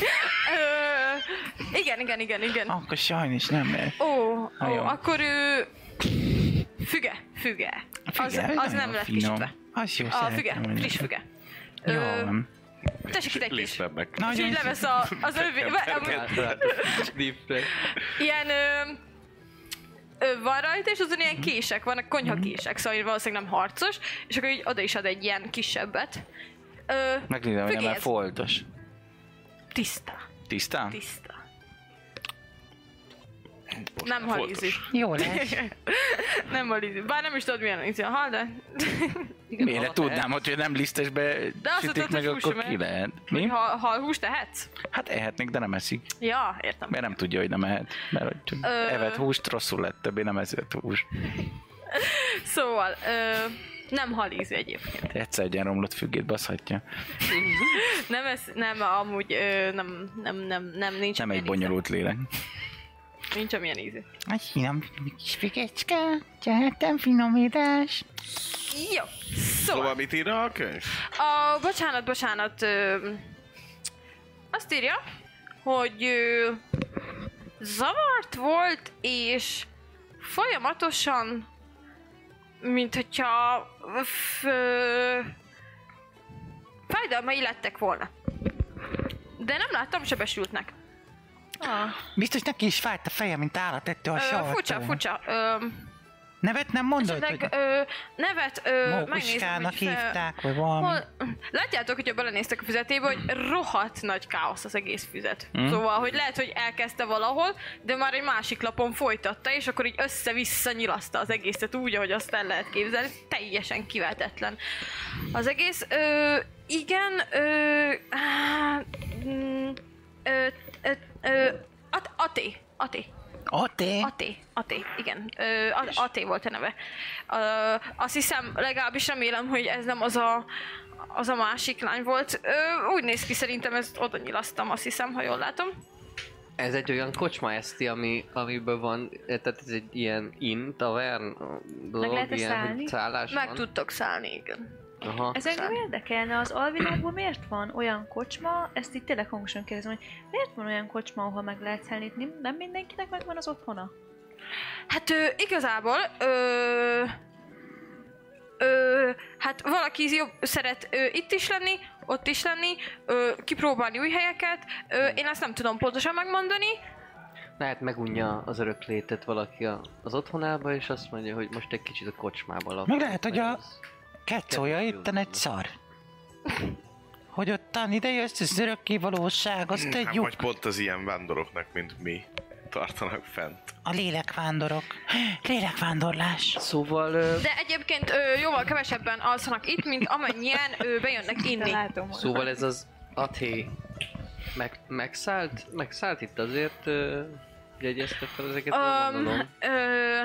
Ö, igen, igen, igen, igen. Akkor sajnos nem lehet. Ó, Ah, ó, jó. akkor ő... Füge, füge. Az, Füge, az nagyon nem lett finom. kisütve. Az jó, A szeretem füge, ennek. friss füge. Jó Ö, van. Tessék tessék itt egy kis. Lisztrebbek. És így levesz a, az övé... Ilyen... Ö, ö, van rajta, és azon ilyen kések vannak, konyhakések, szóval valószínűleg nem harcos, és akkor így oda is ad egy ilyen kisebbet. Ö, Megnézem, hogy nem fügélyez. foltos. Tiszta. Tisztán? Tiszta. Nem halízi. Jó lesz. Nem halízi. Bár nem is tudod milyen ízi a hal, de... Miért tudnám, hogy nem lisztesbe De azt sütik tudod, meg, hogy akkor hús ki sem lehet. Hogy Mi? hal, halhúst tehetsz? Hát ehetnék, de nem eszik. Ja, értem. Mert nem tudja, hogy nem ehet. Mert hogy Ö. evett húst, rosszul lett, többé nem ezett húst. Szóval, ö, nem halízi egyébként. Egyszer egy ilyen romlott függét baszhatja. Nem, ez, nem, amúgy, ö, nem, nem, nem, nem, nincs Nem amilyen egy bonyolult lélek. íze. Nincs amilyen íze. Egy finom kis fügécske, csehettem finomítás. Jó, Szóval szóval, mit írna a könyv? a, bocsánat, bocsánat, ö, azt írja, hogy ö, zavart volt, és folyamatosan, mint hogyha f, ö, fájdalmai lettek volna. De nem láttam sebesültnek. Ah, Biztos neki is fájt a feje, mint állat ettől a Ö, savartól. furcsa, furcsa. Ö, Nevet nem mondod, esetleg hogy ö, nevet ö, megnézem, mókuskának hogy... ö, hívták, vagy valami. Hol, látjátok, hogyha belenéztek a füzetébe, hogy rohadt nagy káosz az egész füzet. Mm. Szóval, hogy lehet, hogy elkezdte valahol, de már egy másik lapon folytatta, és akkor így össze-vissza nyilaszta az egészet úgy, ahogy azt el lehet képzelni. Teljesen kivetetlen. Az egész, ö, igen, ö, á, mm, ö, ö, ö, at, Até, Até. Até? Até, Até, igen. Ö, A- Até volt a neve. Ö, azt hiszem, legalábbis remélem, hogy ez nem az a, az a másik lány volt. Ö, úgy néz ki, szerintem ezt oda nyilasztam, azt hiszem, ha jól látom. Ez egy olyan kocsma eszti, ami, amiből van, tehát ez egy ilyen inn, tavern dolog, lehet-e ilyen szállni? hogy szállás Meg van. tudtok szállni, igen. Aha. ez engem érdekelne, az alvilágban miért van olyan kocsma, ezt itt tényleg hangosan kérdezem, hogy miért van olyan kocsma, ahol meg lehet szállni, nem, nem mindenkinek megvan az otthona? Hát ö, igazából, ö, ö, hát valaki jobb szeret ö, itt is lenni, ott is lenni, ö, kipróbálni új helyeket. Ö, én ezt nem tudom pontosan megmondani. Lehet megunja az örök létet valaki a, az otthonába, és azt mondja, hogy most egy kicsit a kocsmába lakok. Meg lehet, hogy a az- kecója itten egy szar. Hogy ottan ide jössz, az örökké valóság, azt Hát, egy lyuk. vagy pont az ilyen vándoroknak, mint mi, tartanak fent. A lélekvándorok. Lélekvándorlás. Szóval... Ö, De egyébként ö, jóval kevesebben alszanak itt, mint amennyien ö, bejönnek inni. Látom, hogy Szóval ez az Até meg, megszállt, megszállt itt azért, ö, jegyezte fel ezeket, um, Um, gondolom. ö,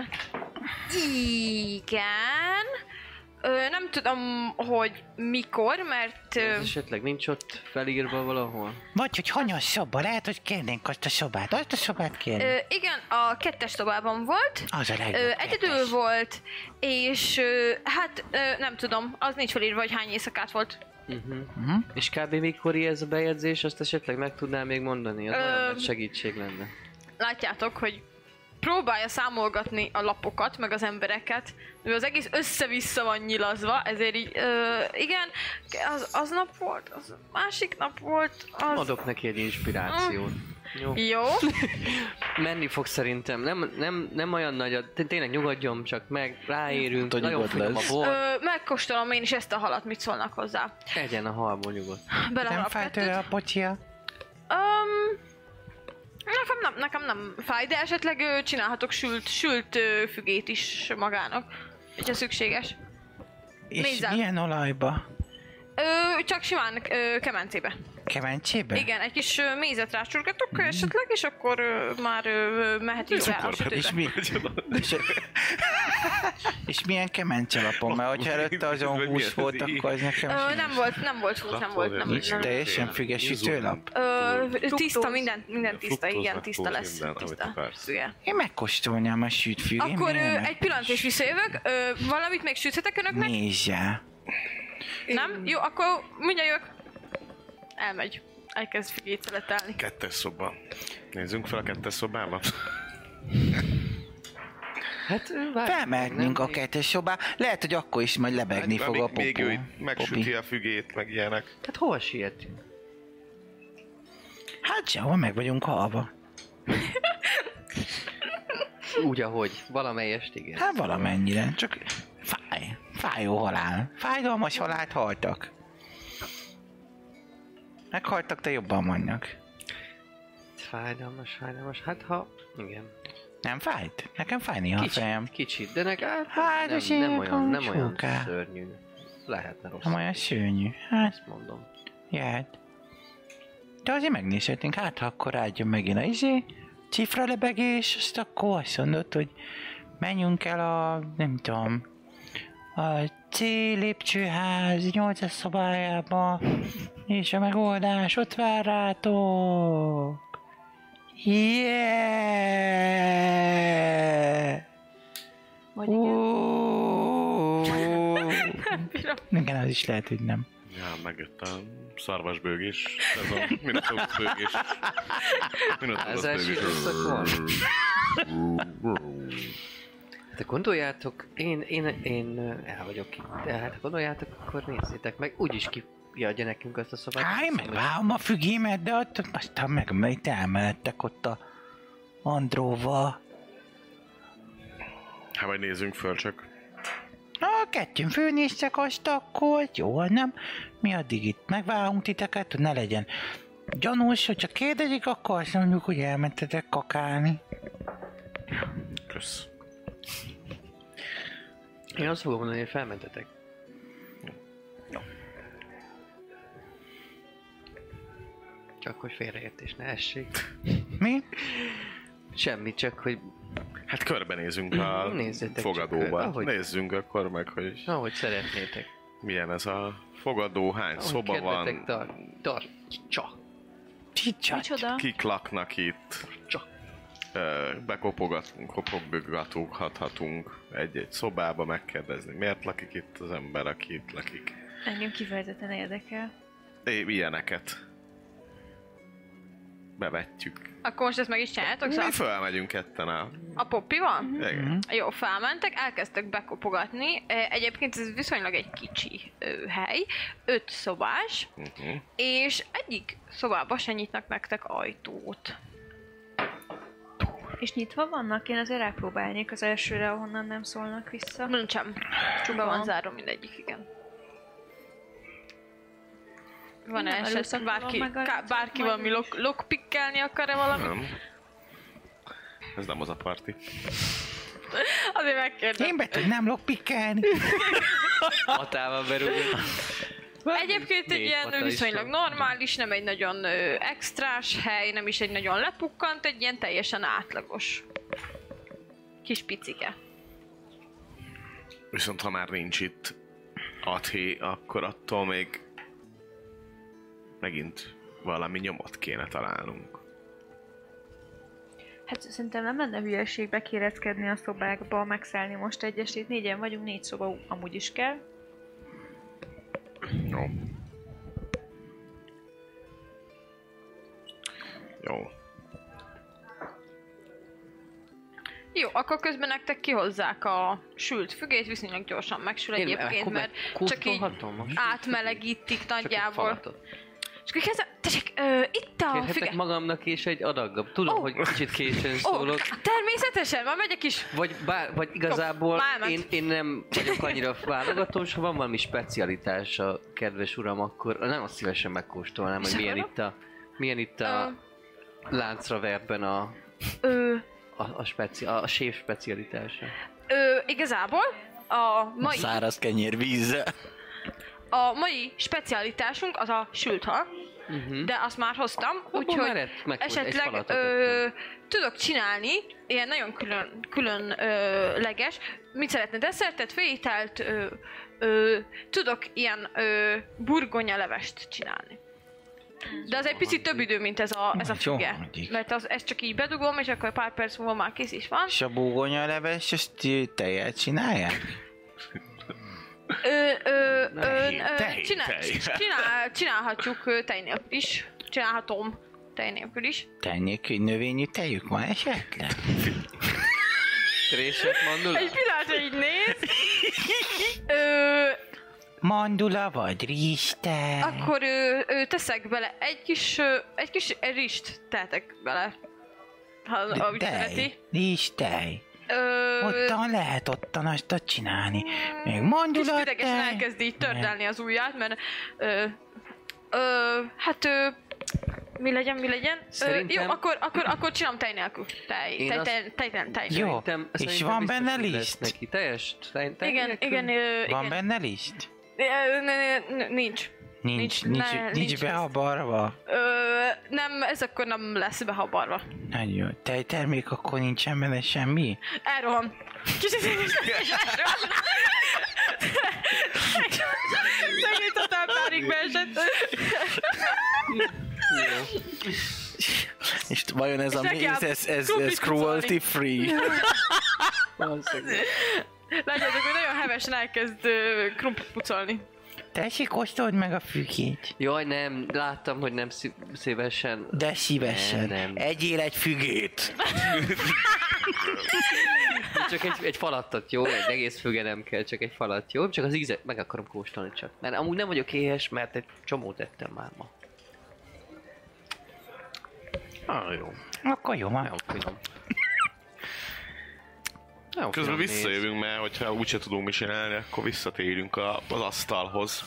igen. Ö, nem tudom, hogy mikor, mert... Ö, Ez esetleg nincs ott felírva valahol? Vagy, hogy hanyas szoba, lehet, hogy kérnénk azt a szobát. Azt a szobát kérnénk. ö, igen, a kettes szobában volt. Az a legjobb. Ö, egyedül kettes. volt, és ö, hát ö, nem tudom, az nincs felírva, hogy hány éjszakát volt. Uh-huh. Mhm. És kb. Mikori ez a bejegyzés, azt esetleg meg tudnál még mondani? Az Ö, nagyon nagy segítség lenne. Látjátok, hogy próbálja számolgatni a lapokat, meg az embereket, de az egész össze-vissza van nyilazva, ezért így, ö, igen, az, az nap volt, az másik nap volt, az... Adok neki egy inspirációt. Jó. Jó. Menni fog szerintem. Nem, nem, nem olyan nagy, a, té- tényleg nyugodjon csak meg, ráérünk, Hogy nagyon nyugodt finom a lesz. bor. Ö, megkóstolom én is ezt a halat, mit szólnak hozzá. Egyen a halból nyugodt. Nem Beleharap fáj kettőt. tőle a pocsia? Um, nekem, nem, nekem nem fáj, de esetleg ö, csinálhatok sült, sült ö, fügét is magának, hogyha szükséges. És Nézzel. milyen olajba? Ö, csak simán ö, kemencébe. Kemencsébe? Igen, egy kis ö, mézet rácsurgatok mm. esetleg, és akkor ö, már ö, mehet így rá a Cukorbet is sütőbe. mi? És, és milyen kemencselapon? Mert hogyha előtte azon Vagy hús milyen volt, ez így? akkor az nekem Ö, sem. nem volt, nem volt hús, nem volt, nem, Nincs nem. teljesen füges sütőlap? Ö, tiszta, Fruktóz. minden, minden tiszta, Fruktóz, igen, laktóz, tiszta lesz. minden, amit Tiszta. akarsz. Igen. Én megkóstolnám a süt fügét. Akkor ö, egy pillanat és visszajövök. Ö, valamit még süthetek önöknek? Nézze. Nem? Jó, akkor mindjárt jövök. Elmegy. Elkezd fügét szeletelni. Kettes szoba. Nézzünk fel a kettes szobába. Hát várj, Felmehetnénk nem? a kettes szobá. Lehet, hogy akkor is majd lebegni fog a popó. Még ő itt megsüti Popi. a fügét, meg ilyenek. Hát hova sietünk? Hát sehol meg vagyunk halva. Úgy, ahogy. Valamelyest igen. Hát valamennyire, csak fáj. Fájó halál. Fájdalmas halált haltak. Meghaltak, de jobban vannak. Fájdalmas, fájdalmas. Hát ha... Igen. Nem fájt? Nekem fájni a fejem. Kicsit, kicsit, de nekem Hát, nem, azért nem olyan, nem van olyan csóká. szörnyű. Lehetne rossz. Nem olyan szörnyű. Hát, Ezt mondom. jöhet. De azért megnézhetnénk, hát ha akkor áldjon megint a izé, cifra lebegés, azt akkor azt mondod, hogy menjünk el a, nem tudom, a C lépcsőház nyolcas szobájába, és a megoldás ott vár rátok. Yeah! Vagy igen. Igen, az is lehet, hogy nem. Ja, megjött a szarvasbőgés. Ez a Minotaurus bőgés. Minotaurus Az első bőgés. időszak van. De gondoljátok, én, én, én el vagyok itt, de hát gondoljátok, akkor nézzétek meg, úgyis kiadja nekünk azt a szobát. Á, én megvágom a fügémet, de ott aztán meg mert elmehettek ott a Andróval. Hát majd nézzünk föl csak. Na, kettőn főnéztek azt akkor, jó, nem? Mi addig itt megvágunk titeket, hogy ne legyen gyanús, hogyha kérdezik, akkor azt mondjuk, hogy elmentetek kakálni. Kösz. Én azt fogom mondani, hogy felmentetek. Csak hogy félreértés ne essék. Mi? Semmi, csak hogy Hát körbenézünk a Nézzétek csak fogadóba. körbe, ahogy- Nézzünk akkor meg, hogy ahogy szeretnétek. milyen ez a fogadó, hány Ahogy szoba kedvetek van, tar- tartsa. Csicsat. Micsoda? kik laknak itt. Csak. Ö, Bekopogatunk, kopoggathatunk egy-egy szobába, megkérdezni, miért lakik itt az ember, aki itt lakik. Engem kifejezetten érdekel. É, ilyeneket bevetjük. Akkor most ezt meg is csináljátok, Mi szóval fölmegyünk ketten a... a poppival? Igen. Jó, felmentek, elkezdtek bekopogatni. E, Egyébként ez viszonylag egy kicsi ö, hely, öt szobás, Uh-huh. és egyik szobába se nyitnak nektek ajtót. És nyitva vannak? Én azért elpróbálnék az elsőre, ahonnan nem szólnak vissza. Nincsem. Csak be van zárva mindegyik, igen. Van-e Nem, esetleg először bárki, meg a- ká- bárki majd valami is. lok, lokpikkelni akar-e valamit? Nem. Ez nem az a parti. Azért megkérdem. Én be tudnám lokpikkelni. Matával berúgjuk. Egyébként egy Négy ilyen fata is viszonylag van. normális, nem egy nagyon ö, extrás hely, nem is egy nagyon lepukkant, egy ilyen teljesen átlagos kis picike. Viszont ha már nincs itt Athé, akkor attól még megint valami nyomot kéne találnunk. Hát szerintem nem lenne hülyeség bekéreckedni a szobákba, megszállni most egy estét. Négyen vagyunk, négy szoba amúgy is kell. Jó. Jó. Jó, akkor közben nektek kihozzák a sült fügét, viszonylag gyorsan megsül Én egyébként, akkor mert csak így megkóstolhatom most? átmelegítik Csak egy nagyjából. falatot. És akkor kezdve, tessék, ö, itt a Kérhetek füge. magamnak is egy adagabb. Tudom, Ó. hogy kicsit későn Ó, szólok. természetesen, már megyek is. Vagy, bár, vagy igazából Már ment. én, én nem vagyok annyira válogatós, ha van valami specialitása, kedves uram, akkor nem azt szívesen megkóstolnám, hogy milyen itt a, milyen itt a láncra verben a, Ö, a, a, speci, a, a séf specialitása. ö, igazából a mai, Száraz kenyér vízzel. a mai specialitásunk az a sült hal, Uh-huh. de azt már hoztam, Abból úgyhogy már ett- meg- egy esetleg falatot ö, ettem. tudok csinálni ilyen nagyon külön, különleges, mit szeretne, desszertet, főételt, ö, ö, tudok ilyen ö, burgonya levest csinálni. De az egy picit több idő, mint ez a, ez a Hát jó füge. hangzik. Mert az, ezt csak így bedugom, és akkor pár perc múlva már kész is van. És a búgonya leves, ezt tejjel csinálják? Ö, ö, ö, Tehén, ö, tehén, csinál, tej. csinál, csinálhatjuk ö, tej nélkül is. Csinálhatom tej nélkül is. Tej nélkül növényi tejük van esetleg? Tréset mandula? Egy pillanatra így néz. Ö, Mandula vagy rizstej? Akkor ő, ő teszek bele egy kis, ö, egy kis rist tehetek bele. Ha a szereti. Rizstej. Ö, Ottan lehet ottan azt csinálni. Még mandula Kicsit idegesen tej. elkezd így tördelni az ujját, mert ö, ö, hát ö, mi legyen, mi legyen? Szerintem- Ö, jó, akkor, akkor, akkor csinálom tej nélkül. Tej, Én tej, azt- tej, tej, tej, tej. Jó, Szerintem- és szerintem van biztos, benne hogy lesz liszt? Neki. Teljes, tej, tej Igen, nélkül? igen, ö, Van igen. benne liszt? Ö, n- n- Nincs. Nincs, Nincs, nincs, ne, nincs, nincs behabarva. Ö, nem, ez akkor nem lesz behabarva. Nagyon jó. Tejtermék akkor nincsen benne semmi? Elroham. Kicsit elroham. Szegény totál pánikba esett. És vajon ez És a neki méz, a ez, ez, krumplit ez cruelty free? Látjátok, hogy nagyon hevesen elkezd ö, krumplit pucolni. Tessék, kóstold meg a fügét. Jaj, nem, láttam, hogy nem szí- szívesen. De szívesen. Nem, nem. Egyél egy fügét. Csak egy, egy falattat, jó? Egy egész füge nem kell, csak egy falat, jó? Csak az ízet meg akarom kóstolni csak. Mert amúgy nem vagyok éhes, mert egy csomót ettem már ma. Ah, jó. Akkor jó, már. Nagyon finom. Nagyon Közben finom visszajövünk, mert hogyha úgyse tudunk mi csinálni, akkor visszatérünk a, az asztalhoz.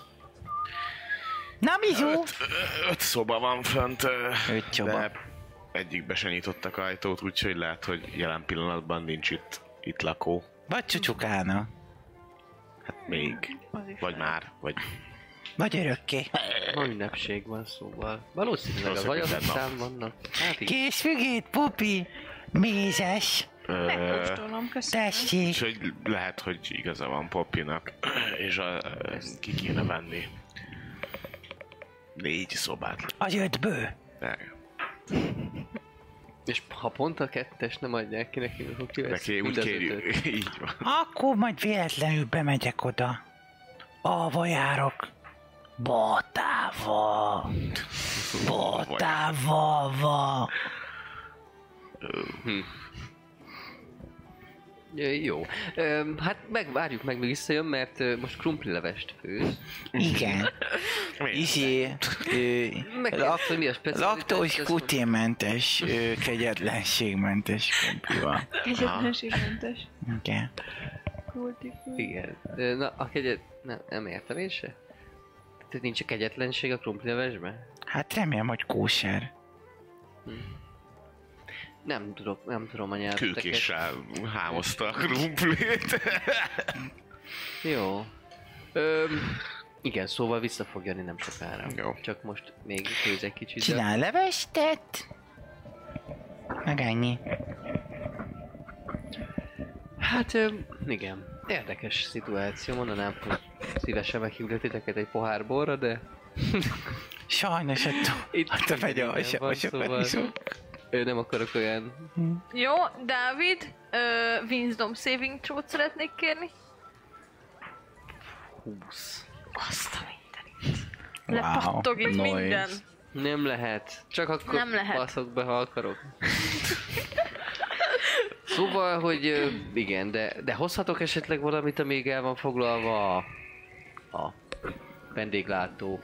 Na, bizó. Öt, öt szoba van fönt, ö, Öt szoba. de egyikbe se nyitottak ajtót, úgyhogy lehet, hogy jelen pillanatban nincs itt, itt lakó. Vagy csucsukána. Hát még. Vagy már, vagy Vagy örökké. Ma ünnepség van, szóval. Valószínűleg a Valószínűleg vajak minden után vannak. Hát így. Kész fügét, pupi. Mézes. ö, Megkóstolom, köszönöm. Tessék. és hogy lehet, hogy igaza van Poppynak, és a, ki kéne venni négy szobát. Az ötből. De És ha pont a kettes nem adják ki neki, akkor kivesz neki úgy mind az kérjük, ötöt. így van. Akkor majd véletlenül bemegyek oda. Alva járok. Botával. Botával. Ö, Jó. Ö, hát megvárjuk meg, míg visszajön, mert ö, most krumplilevest főz. Igen. Izé, ö, Meg kell azt, hogy mi a specialitás. laktós, ezt gluténmentes, ö, kegyetlenségmentes krumpli van. Kegyetlenségmentes. Igen. Kulti, most- Igen. Ö, Na, a kegyet... Nem, nem értem én se. Tehát nincs a kegyetlenség a krumplilevesben? Hát remélem, hogy kóser. Nem tudok, nem tudom a nyelveteket. Kőkéssel hámozta a krumplit. Jó. Öm, igen, szóval vissza fog jönni nem sokára. Jó. Csak most még főz egy kicsit. de- Csinál levestet. Meg ennyi. Hát öm, igen. Érdekes szituáció, mondanám, hogy szívesen meghívlak titeket egy pohár borra, de Sajnos attól, itt attól megy a igen, a van, a szóval ő nem akarok olyan... Jó, Dávid, ö, Wisdom Saving Throw-t szeretnék kérni. húsz. Azt a mindenit. Wow, Lepattog itt nice. minden. Nem lehet. Csak akkor Nem lehet. baszok be, ha akarok. Szóval, hogy ö, igen, de, de hozhatok esetleg valamit, amíg el van foglalva a, a vendéglátó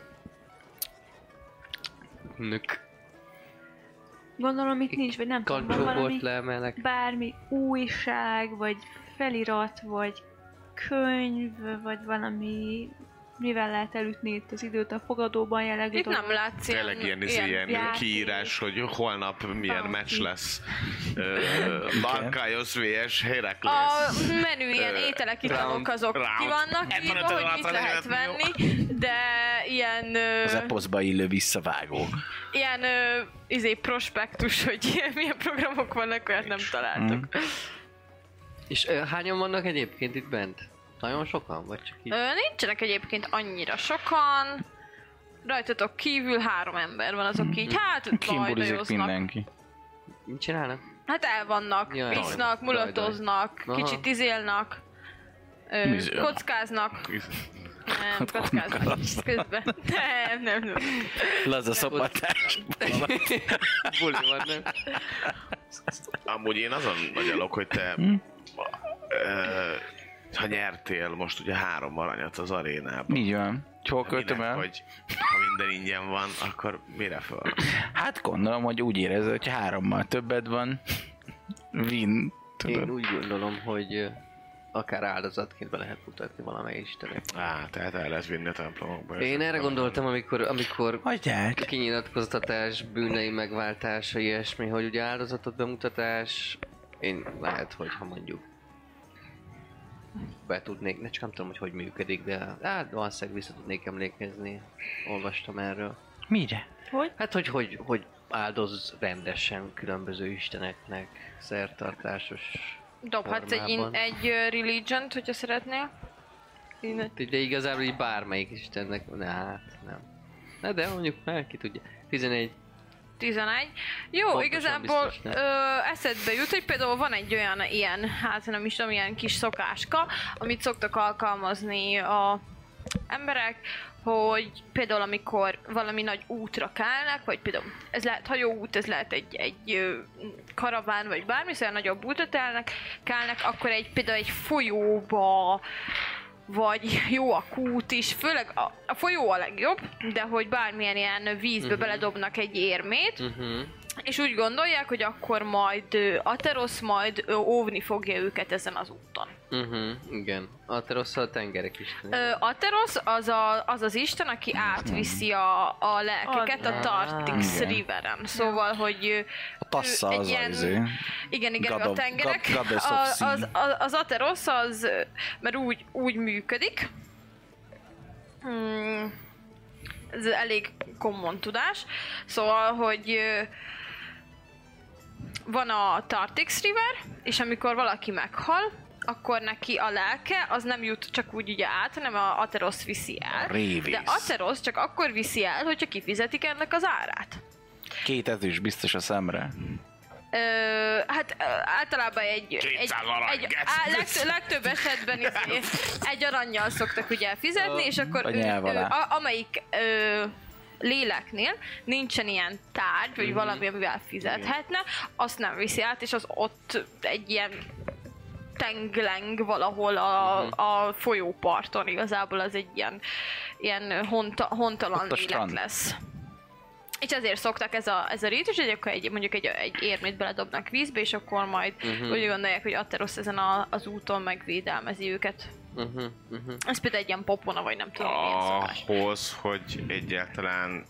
nök. Gondolom itt nincs, vagy nem tudom, van valami, Kancsóbort leemelek. bármi újság, vagy felirat, vagy könyv, vagy valami, mivel lehet elütni itt az időt a fogadóban jellegű Itt nem dolog. látsz Tényleg ilyen, ilyen, ilyen játék. kiírás, hogy holnap milyen Bounty. meccs lesz. Barkaios vs Herakles. A menü ilyen ételek, italok azok round. ki vannak Ebben írva, a hogy mit területen lehet lehet, venni, de ilyen, ö, Az eposzba illő visszavágó. ilyen ö, izé prospektus, hogy milyen programok vannak, olyat nem találtok. És ö, hányan vannak egyébként itt bent? Nagyon sokan? Vagy csak így? Ö, nincsenek egyébként annyira sokan, rajtatok kívül három ember van, azok így, hát Kimbulizik bajdajoznak. mindenki. Mit csinálnak? Hát el vannak, Jaj, isznak, daj, daj. mulatoznak, Aha. kicsit izélnak, ö, Mizélnek. kockáznak. Nem, Hát kockáznak kockáznak. közben. Nem, nem, nem. Laza szopatás. Buli van, nem? Amúgy én azon nagyalok, hogy te Hm? ö, ha nyertél most ugye három aranyat az arénában. Így van. Hol költöm Minek, el? hogy ha minden ingyen van, akkor mire föl? Hát gondolom, hogy úgy érezed, hogy hárommal többed van. Win. Én Tudod? úgy gondolom, hogy ö, akár áldozatként be lehet mutatni valamely istenek. Á, tehát el lesz vinni a templomokba. Én erre gondoltam, amikor, amikor Hagyják. kinyilatkoztatás, bűnei megváltása, ilyesmi, hogy ugye áldozatot bemutatás, én lehet, hogy ha mondjuk be tudnék, ne csak nem tudom, hogy hogy működik, de hát valószínűleg vissza tudnék emlékezni, olvastam erről. Mire? Hát, hogy, hogy, hogy áldoz rendesen különböző isteneknek, szertartásos Dobhatsz egy, in, formában. egy uh, religion-t, hogyha szeretnél. Innen. De igazából így bármelyik istennek, ne, hát nem. Na de mondjuk, hát ki tudja. tizenegy. tizenegy. Jó, Pontosan igazából biztos nem. ö, eszedbe jut, hogy például van egy olyan ilyen, hát nem is tudom, ilyen kis szokáska, amit szoktak alkalmazni a emberek, hogy például amikor valami nagy útra kelnek, vagy például ez lehet hajóút, ez lehet egy, egy ö, karaván, vagy bármi, szóval nagyobb útra telnek, kelnek, akkor egy például egy folyóba, vagy jó a kút is, főleg a, a folyó a legjobb, de hogy bármilyen ilyen vízbe Mhm. beledobnak egy érmét, Uh-huh. és úgy gondolják, hogy akkor majd ö, Aterosz majd ö, óvni fogja őket ezen az úton. Uh-huh. Igen. Aterosz a tengerek istene. Ö, Aterosz az, a, az az isten, aki átviszi a, a lelkeket a Az- Tartix Igen. Riveren. Szóval, hogy ö, A tassa ő egy az ilyen- az izé. igen, igen, God a of- tengerek. God- Goddess of A- Sea. az, az, az Aterosz az, ö, mert úgy, úgy működik, hmm, ez elég common tudás, szóval, hogy ö, van a Tartix River, és amikor valaki meghal, akkor neki a lelke az nem jut csak úgy ugye át, hanem a Aterosz viszi el. A révész. De Aterosz csak akkor viszi el, hogyha kifizetik ennek az árát. Két ezüst biztos a szemre. Ö, hát ö, általában egy, egy, kétszáz arany, egy geci. á, legtö, legtöbb esetben izé, egy arannyal szoktak ugye fizetni, és akkor Vagy ő, nyelv ő, alá. a, amelyik ö, léleknél nincsen ilyen tárgy, vagy Mhm. valami, amivel fizethetne, azt nem viszi át, és az ott egy ilyen tengleng valahol a, Mhm. a folyóparton, igazából az egy ilyen, ilyen honta, hontalan Ott a lélek strand. lesz. És ezért szoktak ez a, ez a rítus, hogy akkor egy, mondjuk egy, egy érmét beledobnak vízbe, és akkor majd Mhm. úgy gondolják, hogy Aterosz ezen a, az úton megvédelmezi őket. Uh-huh. Uh-huh. Ez például egy ilyen popona, vagy nem tudom, milyen szokás. Ahhoz, hogy egyáltalán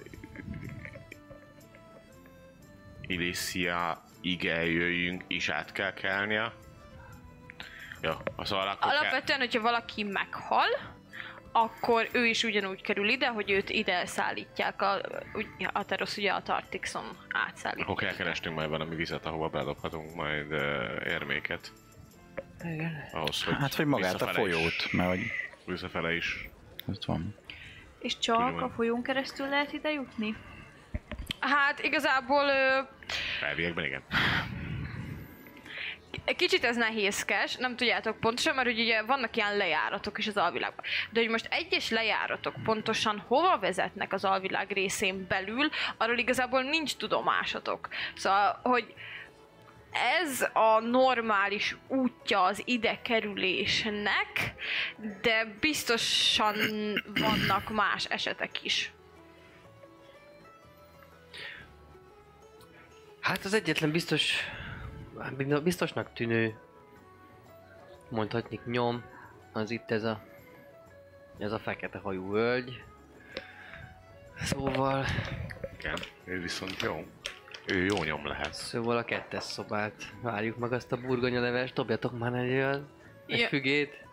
Ilicia-ig eljöjjünk, is át kell kelnia. Jó, az akkor kell... Alapvetően, hogyha valaki meghal, akkor ő is ugyanúgy kerül ide, hogy őt ide szállítják, a, úgy, Aterosz ugye a Tartixon átszállít. Akkor kell keresnünk majd valami vizet, ahova beledobhatunk majd uh, érméket. Igen. Ahhoz, hogy Hát, vagy magát a visszafele folyót, Is, mert hogy visszafele is. ott van. És csak Tudom. a folyón keresztül lehet ide jutni? Hát igazából ö, Elviekben igen. egy kicsit ez nehézkes, nem tudjátok pontosan, mert ugye vannak ilyen lejáratok is az alvilágban. De hogy most egyes lejáratok pontosan hova vezetnek az alvilág részén belül, arról igazából nincs tudomásatok. Szóval, hogy ez a normális útja az ide kerülésnek, de biztosan vannak más esetek is. Hát az egyetlen biztos, biztosnak tűnő, mondhatnék nyom, az itt ez a, ez a fekete hajú hölgy. Szóval, Igen, ő viszont jó. Ő jó nyom lehet. szóval a kettes szobát. Várjuk meg azt a burgonyalevest, dobjatok már egy olyan, egy Ja. fügét.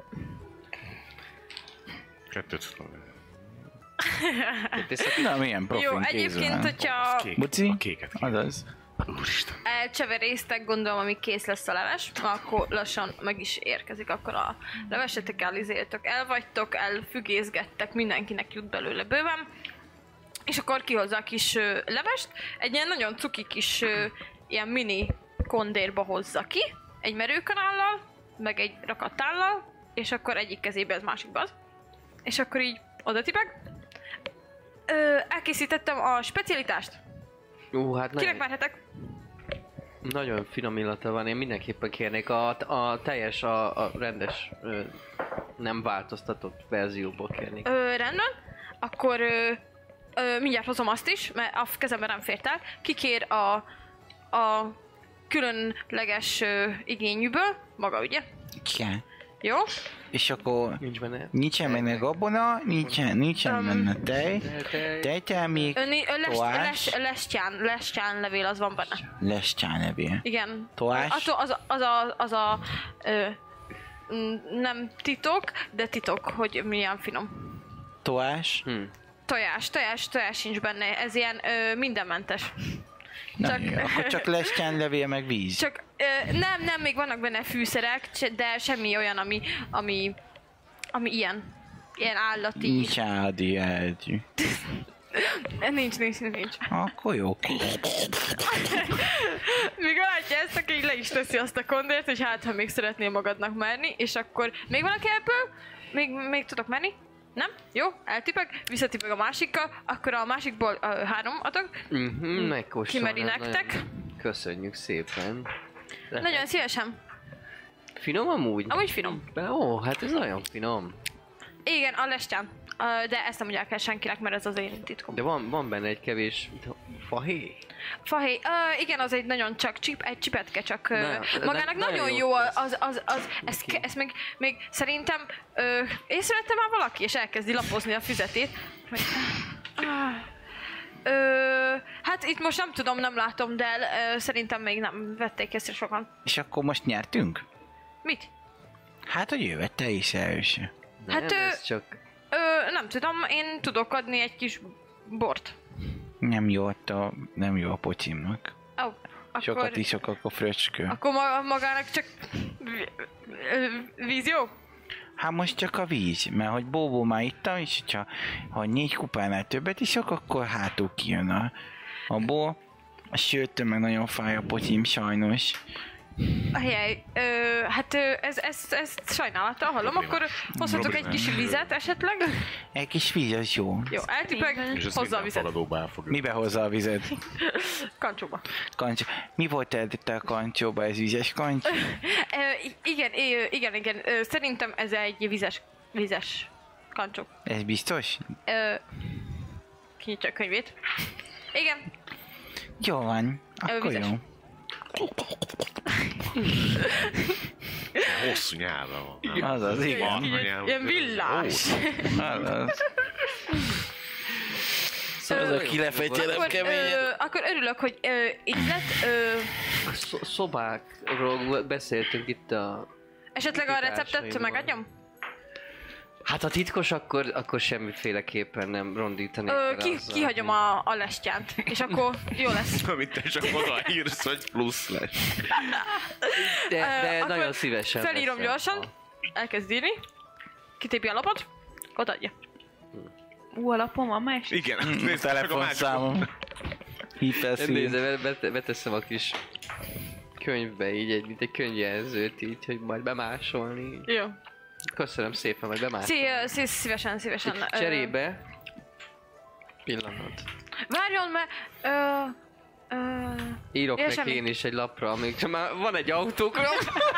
Kettőt tudom. Kettes szobát. Na, milyen profin Jó, kézzel. egyébként, hogyha Kék, Buci? a kéket. Azaz. Úristen. elcseverésztek, gondolom, amíg kész lesz a leves, akkor lassan meg is érkezik, akkor a levesetek elizéltek, elvagytok, elfügészgettek, mindenkinek jut belőle bőven, és akkor kihozza a kis ö, levest, egy ilyen nagyon cuki kis ö, ilyen mini kondérba hozza ki, egy merőkanállal, meg egy rakattállal, és akkor egyik kezébe az másikba az, és akkor így oda tipeg. Ö, elkészítettem a specialitást. Ú, hát Kinek ne, várhetek? Nagyon finom illata van, én mindenképpen kérnék a, a teljes, a, a rendes, ö, nem változtatott verzióból kérnék. Ö, rendben, akkor ö, ö, mindjárt hozom azt is, mert a kezemben nem fért el. Kikér a, a különleges ö, igényűből, maga ugye? Igen. Jó? És akkor Nincs benne. nincsen benne gabona, nincsen, nincsen Um, benne tej, Te- tejtermék, Ö, ni- ö, les, Tojás. les, lestján, lestján levél az van benne. lestjánevél. Igen. Tojás. Attól az a, az a, az a ö, m, nem titok, de titok, hogy milyen finom. Tojás. Hm. Tojás, tojás, tojás sincs benne, ez ilyen ö, mindenmentes. Na, Csak- jó, akkor csak lestjánlevél meg víz. Csak ö, nem, nem, még vannak benne fűszerek, cse- de semmi olyan, ami, ami, ami ilyen. Ilyen állati. Nincs ádi ehető. Nincs, nincs, nincs. Akkor jó. Mikor látja ezt, akkor így le is teszi azt a kondért, hogy hát, ha még szeretnél magadnak merni, és akkor még valaki ebből? Még, még tudok menni? Nem? Jó, eltipeg, visszatipeg a másikkal, akkor a másikból uh, három adok. Mhm, megkóstolnád. Kimeri nektek? nagyon- Köszönjük szépen. De Nagyon szívesen. Finom amúgy? Amúgy finom. De ó, hát ez nagyon finom. Igen, a lestján. Uh, de ezt nem mondják el senkinek, mert ez az én titkom. De van, van benne egy kevés fahéj. Fahéj, uh, igen, az egy nagyon csak csip, egy csipetke, csak uh, Na, magának na- nagyon, nagyon jó jó az, lesz. az, az, az ezt, ke- ezt még, még szerintem uh, észrevette már valaki, és elkezdi lapozni a füzetét. Hogy, uh, Ö, hát itt most nem tudom, nem látom, de ö, szerintem még nem vették észre sokan. És akkor most nyertünk? Mit? Hát, hogy ő vette is előse. De Hát, nem, ö- ez csak... Ö, nem tudom, én tudok adni egy kis bort. Nem jó ott a, nem jó a pocimnak. Ó, oh, Sokat akkor, iszok, akkor fröcskő. akkor ma, magának csak vi- ö, víz jó? Hát most csak a víz, mert hogy bóbó már ittam, és hogyha ha négy kupánál többet iszok, akkor hátul kijön a, a bó. A sőtől meg nagyon fáj a pocim, sajnos. Ajaj, ö, hát ö, ez, ez, ez sajnálattal hallom, akkor hozhatok egy kis vizet esetleg? Egy kis víz az jó. Jó, eltipeg, És ezt hozza a minden vizet. fogadóba elfogjuk. Mibe hozza a vizet? Kancsóba. Kancs. Mi volt eredete a kancsóba? Ez vizes kancs? Ö, i- igen, ö, igen, igen, ö, szerintem ez egy vizes, vizes kancsó. Ez biztos? Ö, kinyitja a könyvét. Igen, Jó van. Akkor vizes. jó. Hosszú nyára van. nem? Azaz, igen. Marha Így- nyelv. ilyen villás. Ó, Azaz. Szóval Az a nagyon kilefegyelem Akkor, keményen. ö, akkor örülök, hogy ö, itt lett. Ö, A szo- szobákról beszéltünk itt a... esetleg a receptet Társaimmal. megadjam? Hát ha titkos, akkor, akkor semmiféleképpen nem rondítani. Ö, ki, kihagyom a, a lestjánt, és akkor jó lesz. Amit te csak odaírsz, hogy plusz lesz. De, Ö, de akkor nagyon szívesen. Felírom veszem. gyorsan, elkezd írni, kitépi a lapot, odaadja. Ú, a lapom van más? Igen, A nézd meg a másik. telefonszámom. Hívtál Nem szín. nézem, bet- beteszem a kis könyvbe így, egy, mint egy könyvjelzőt így, hogy majd bemásolni. Jó. Köszönöm szépen, majd bemásolni. Szí, szí, szívesen, szívesen. ö, Cserébe. Pillanat. Várjon, mert... Ö, ö, Írok Ja, neki semmi. én is egy lapra, amíg csak már van egy autókra.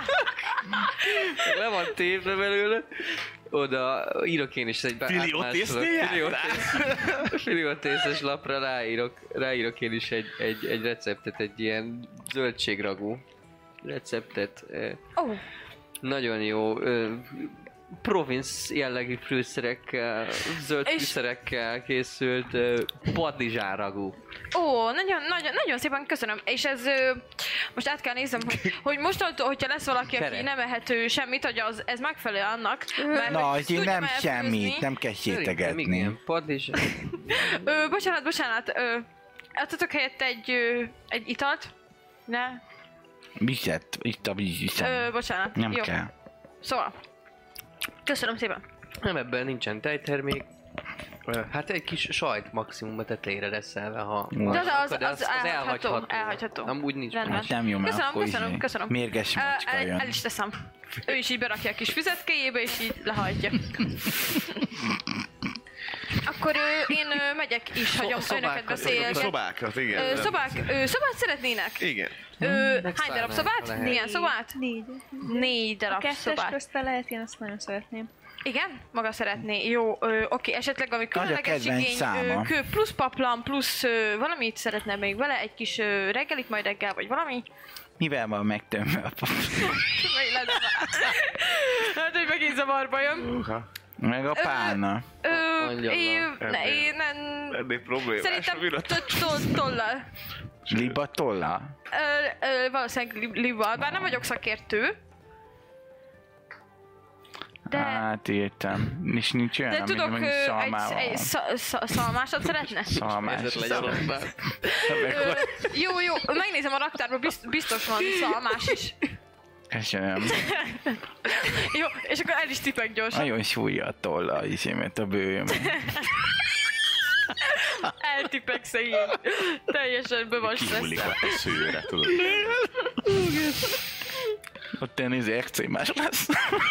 Le van tévre belőle. Oda írok én is egy be- Filiotésznél átmásolok. jártál? Filiotész- Filiotészes lapra ráírok, ráírok én is egy, egy, egy receptet, egy ilyen zöldségragú receptet. Eh, Ó, Nagyon jó. ö, Province jellegű fűszerekkel, zöld És- fűszerekkel készült ö, padlizsánragú. ó, nagyon, nagyon, nagyon szépen köszönöm. És ez... Ö, most át kell néznem, hogy, hogy mostantól, hogyha lesz valaki, aki Fere. nem ehető semmit, hogy az, ez megfelel annak. Mert, Na, hogy hogy én tudjam nem elfőzni. semmit, nem kell Szerintem sétegetni. igen, padlizsán. Ö, bocsánat, bocsánat. Ö, adtatok helyett egy, ö, egy italt? Ne? Vizet, itt a víz viszem. Ö, bocsánat. Nem Jó. kell. Szóval. Köszönöm szépen. Nem, ebben nincsen tejtermék. Ö, Hát egy kis sajt maximum a tetejére reszelve, ha... De ha az- az- de az elhagyható, elhagyható. Amúgy nincs. Rendben. Hát nem jó, mert Köszönöm, akkor köszönöm, izé köszönöm. mérges Ö, macska el, jön. el is teszem. Ő is így berakja a kis füzetkéjébe, és így lehajtja. Akkor akkor ö, én ö, megyek is, hagyom önöket beszélgetni. Szobákat, igen. Ö, szobák, ö, szobát szeretnének? Igen. Ö, hány darab szobát? Milyen szobát? Négy. Négy A darab kettes szobát. közte lehet, én azt nagyon szeretném. Igen? Maga szeretné. Jó, ö, oké, esetleg ami különleges kedvenc igény, száma. ö, kő plusz paplan, plusz ö, valamit szeretne még vele, egy kis ö, reggelit majd reggel, vagy valami? Mivel van megtömve a pap? Meg lesz már. Hát, hogy megint zavarba jön. Uha. Meg a pálna. Ö, Angyallal. én, ne, én nem... Ennél problémás Szerintem a virat. to- to- tollal. Liba tolla? Ö, ö, valószínűleg li- lival, bár nem vagyok szakértő. De, Hát értem. És nincs olyan, de ami tudok mondjuk ö, egy, szalmával egy van. sz- sz- szalmásat szeretne? Szalmás. Ezért legyen Szalmás. Ö, jó, jó, megnézem a raktárban, bizt- biztos van szalmás is. Köszönöm. Jó, és akkor el is tipek gyorsan. Nagyon súlya a tolla az isémet a bőröm. Eltipek szegény. Teljesen be van Kihullik stresszel. a szőre, tudod. Ott ilyen izé ekcémás lesz.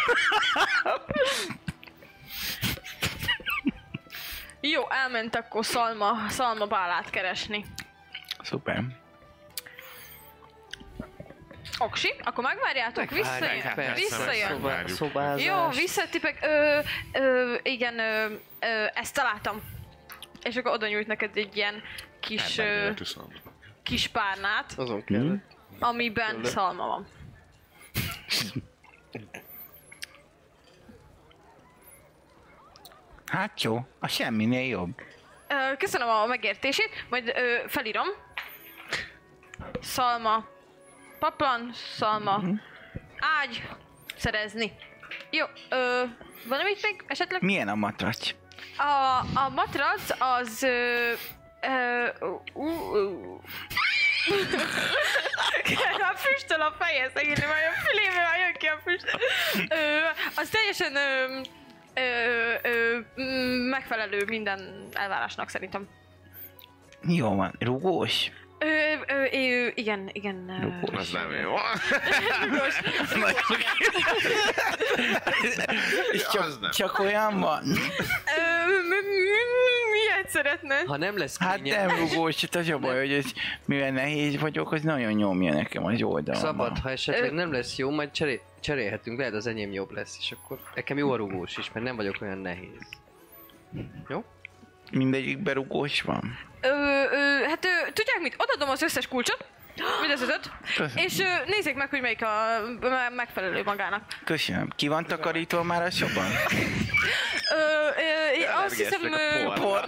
Jó, elment akkor szalma, szalma bálát keresni. Szuper. Oksi, akkor megvárjátok, visszajön. Visszajön. Szobá, szobázás. Jó, visszatipek. Ö, ö, igen, ö, ö, ezt találtam. És akkor oda nyújt neked egy ilyen kis, ö, Emberméretű szalma. kis párnát, Azon kell. amiben szalma van. Hát jó, a semminél jobb. Ö, köszönöm a megértését, majd ö, felírom. Szalma, paplan, szalma, ágy, szerezni. Jó, ö, valamit még esetleg? Milyen a matracs? A, a matrac az... Ö, ö, ú, ú. A füstöl a feje, szegény, majd a fülébe már jön ki a füst. Ö, az teljesen ö, ö, ö, mm, megfelelő minden elvárásnak szerintem. Jó van, rugós? Ö, ö, ö, igen, igen. ö, Rugós. Az nem jó. rugós. És Az csak, nem. csak olyan van? Ö, m- m- Miért szeretne? Ha nem lesz Hát kényelmes, nem rugós, itt az a baj, hogy ez, mivel nehéz vagyok, az nagyon nyomja nekem az oldalma. szabad, ha esetleg nem lesz jó, majd cseré- cserélhetünk, lehet az enyém jobb lesz, és akkor nekem jó a rugós is, mert nem vagyok olyan nehéz. Jó? Mindegyikben rugós van? Ö, ö, hát ö, tudják mit? Odaadom az összes kulcsot, mind az ötöt, Köszönöm. és ö, nézzék meg, hogy melyik a me- megfelelő magának. Köszönöm. Ki van takarítva már a soban? Ö, ö, azt hiszem, ö, Por.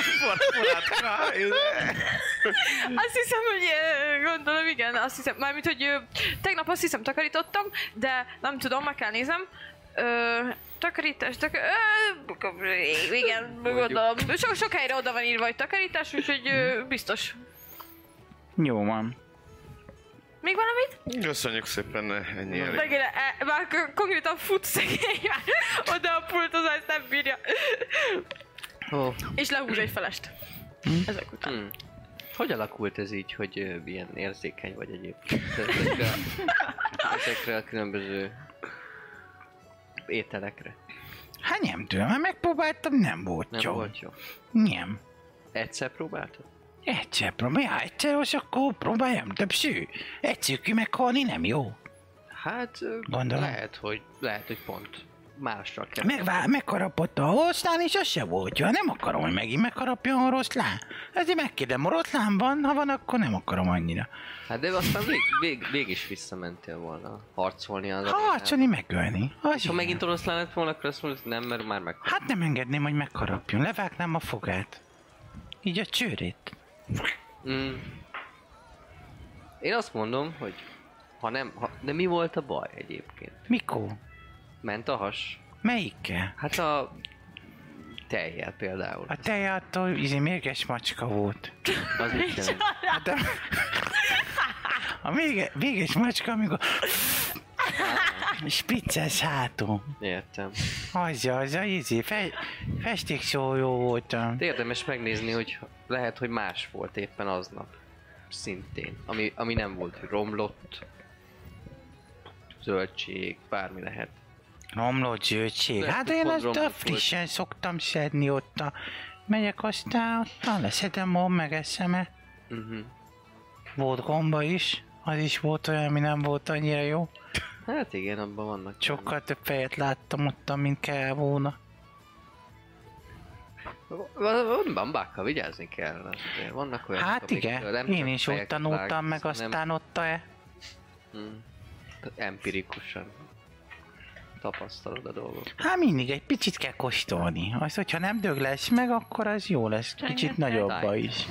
azt hiszem, hogy ö, gondolom, igen, azt hiszem, mármint, hogy ö, tegnap azt hiszem takarítottam, de nem tudom, meg kell nézem. Ö, takarítás, takar... Ö, igen, gondolom. So, sok helyre oda van írva, hogy takarítás, úgyhogy ö, biztos. Jó van. Még valamit? Köszönjük szépen, ennyi elég. Megint, e, már k- konkrétan fut szegény, már oda a pulthoz, ezt nem bírja. Oh. És lehúz egy felest. Ezek után. Hmm. Hogy alakult ez így, hogy ö, ilyen érzékeny vagy egyébként ezekre, ezekre a különböző ételekre? Hát nem tudom, hát megpróbáltam, nem volt Nem jó. volt jó. Nem. Egyszer próbáltad? Egyszer próbálj, ja, egyszer, és akkor próbáljam többször. Egyszer ki meghalni nem jó. Hát ö, Gondolom. lehet, hogy, lehet, hogy pont másra kell. Megvá- megharapott a oroszlán, és az se volt jó. Nem akarom, hogy megint megharapja a oroszlán. Ezért megkérdem, oroszlán van, ha van, akkor nem akarom annyira. Hát de aztán vég, vég, végig is visszamentél volna harcolni az Ha harcolni, megölni. Az És ha igen. megint oroszlán lett volna, akkor azt mondod, hogy nem, mert már meg... Hát nem engedném, hogy megharapjon. Levágnám a fogát. Így a csőrét. Mm. Én azt mondom, hogy ha nem... Ha, de mi volt a baj egyébként? Mikor? Ment a has? Melyikkel? Hát a tejjel például. A tejától izé mérges macska volt. Az mit jelent? Hát de... A mége, véges macska, amikor... Spicces hátul. Értem. Az, az, az, izé, fe, festékszójó voltam. De érdemes megnézni, hogy lehet, hogy más volt éppen aznap. Szintén. Ami, ami nem volt romlott. Zöldség, bármi lehet. Romlott zöldség. De Hát pont én azt romlott a volt. frissen szoktam szedni ott a megyek aztán ottan leszedem, ahol megeszem-e. Uh-huh. Volt gomba is, az is volt olyan, ami nem volt annyira jó. Hát igen, abban vannak. Sokkal több fejet láttam ottan, mint kell volna. Bambákkal vigyázni kell. Vannak olyan, Hát igen, én is ott tanultam meg, aztán ott-e. Hmm. Empirikusan tapasztalod a dolgot. Hát mindig egy picit kell kóstolni. Az, hogyha nem dög lesz meg, akkor az jó lesz. Kicsit nagyobba is.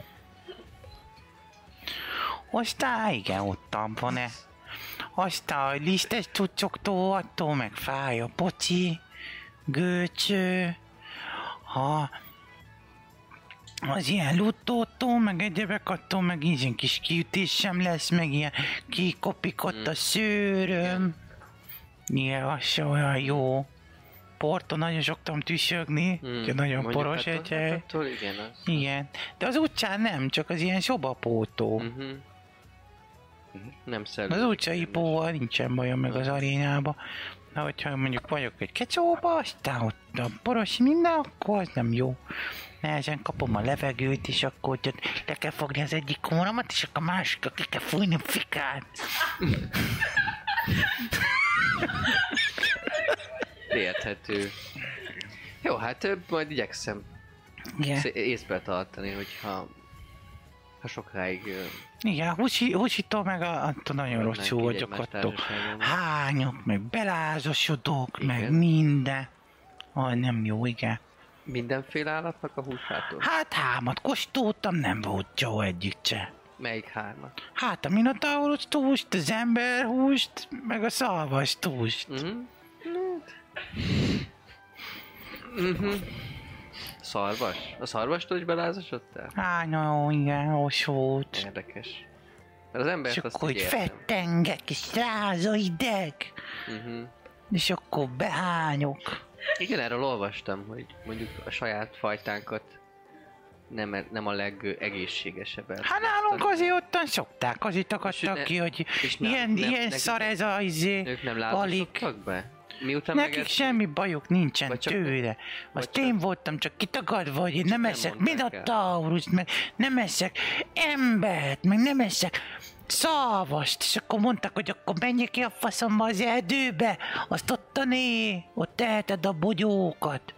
Aztán igen, ottan van-e. Aztán a lisztes cuccoktól, attól meg fáj a poci, gőcső, ha az ilyen luttótól, meg egyebek attól, meg ilyen kis kiütés sem lesz, meg ilyen kikopik ott a szőröm. Igen, az se olyan jó. Porton nagyon szoktam tüssögni, hmm. nagyon Mondjuk poros attól, egy hely. Attól, igen, az. Igen, de az utcán nem, csak az ilyen szobapótó. Uh-huh. Nem szellő. Az utcai póval nincsen bajom meg az arénába. Na, hogyha mondjuk vagyok egy kecsóba, aztán ott a poros minden, akkor az nem jó. Nehezen kapom a levegőt, és akkor le kell fogni az egyik kóramat, és akkor a másikat ki kell fújni a fikát. Érthető. Jó, hát majd igyekszem Igen. észbe tartani, hogyha ha sokáig... Igen, húsi, húsitól meg a, attól nagyon rosszul vagyok attól. Hányok, meg belázasodok, igen. Meg minden. Ah, nem jó, igen. Mindenféle állatnak a húsától? Hát hámat kóstoltam, nem volt jó egyik se. Melyik hármat? Hát a minotaurus túst, az emberhúst, meg a szalvas túst. Mhm. Mhm. Szarvas? A szarvastól is belázasodtál? Á, no, igen, os volt. Érdekes. Mert az embert és azt akkor így fettengek, és ráza ideg. Uh-huh. És akkor behányok. Igen, erről olvastam, hogy mondjuk a saját fajtánkat nem, nem a legegészségesebb. Hát nálunk azért ottan szokták, azért akadtak ki, hogy ilyen, nem, ilyen nem, szar ez a izé. Ők nem lázasodtak be? Miután nekik megett... semmi bajuk nincsen tőle. Azt én voltam csak kitagadva, hogy én nem eszek minotaurust, meg nem eszek embert, meg nem eszek szalvast. És akkor mondták, hogy akkor menjek ki a faszomba az erdőbe, azt ott né, ott teheted a bogyókat.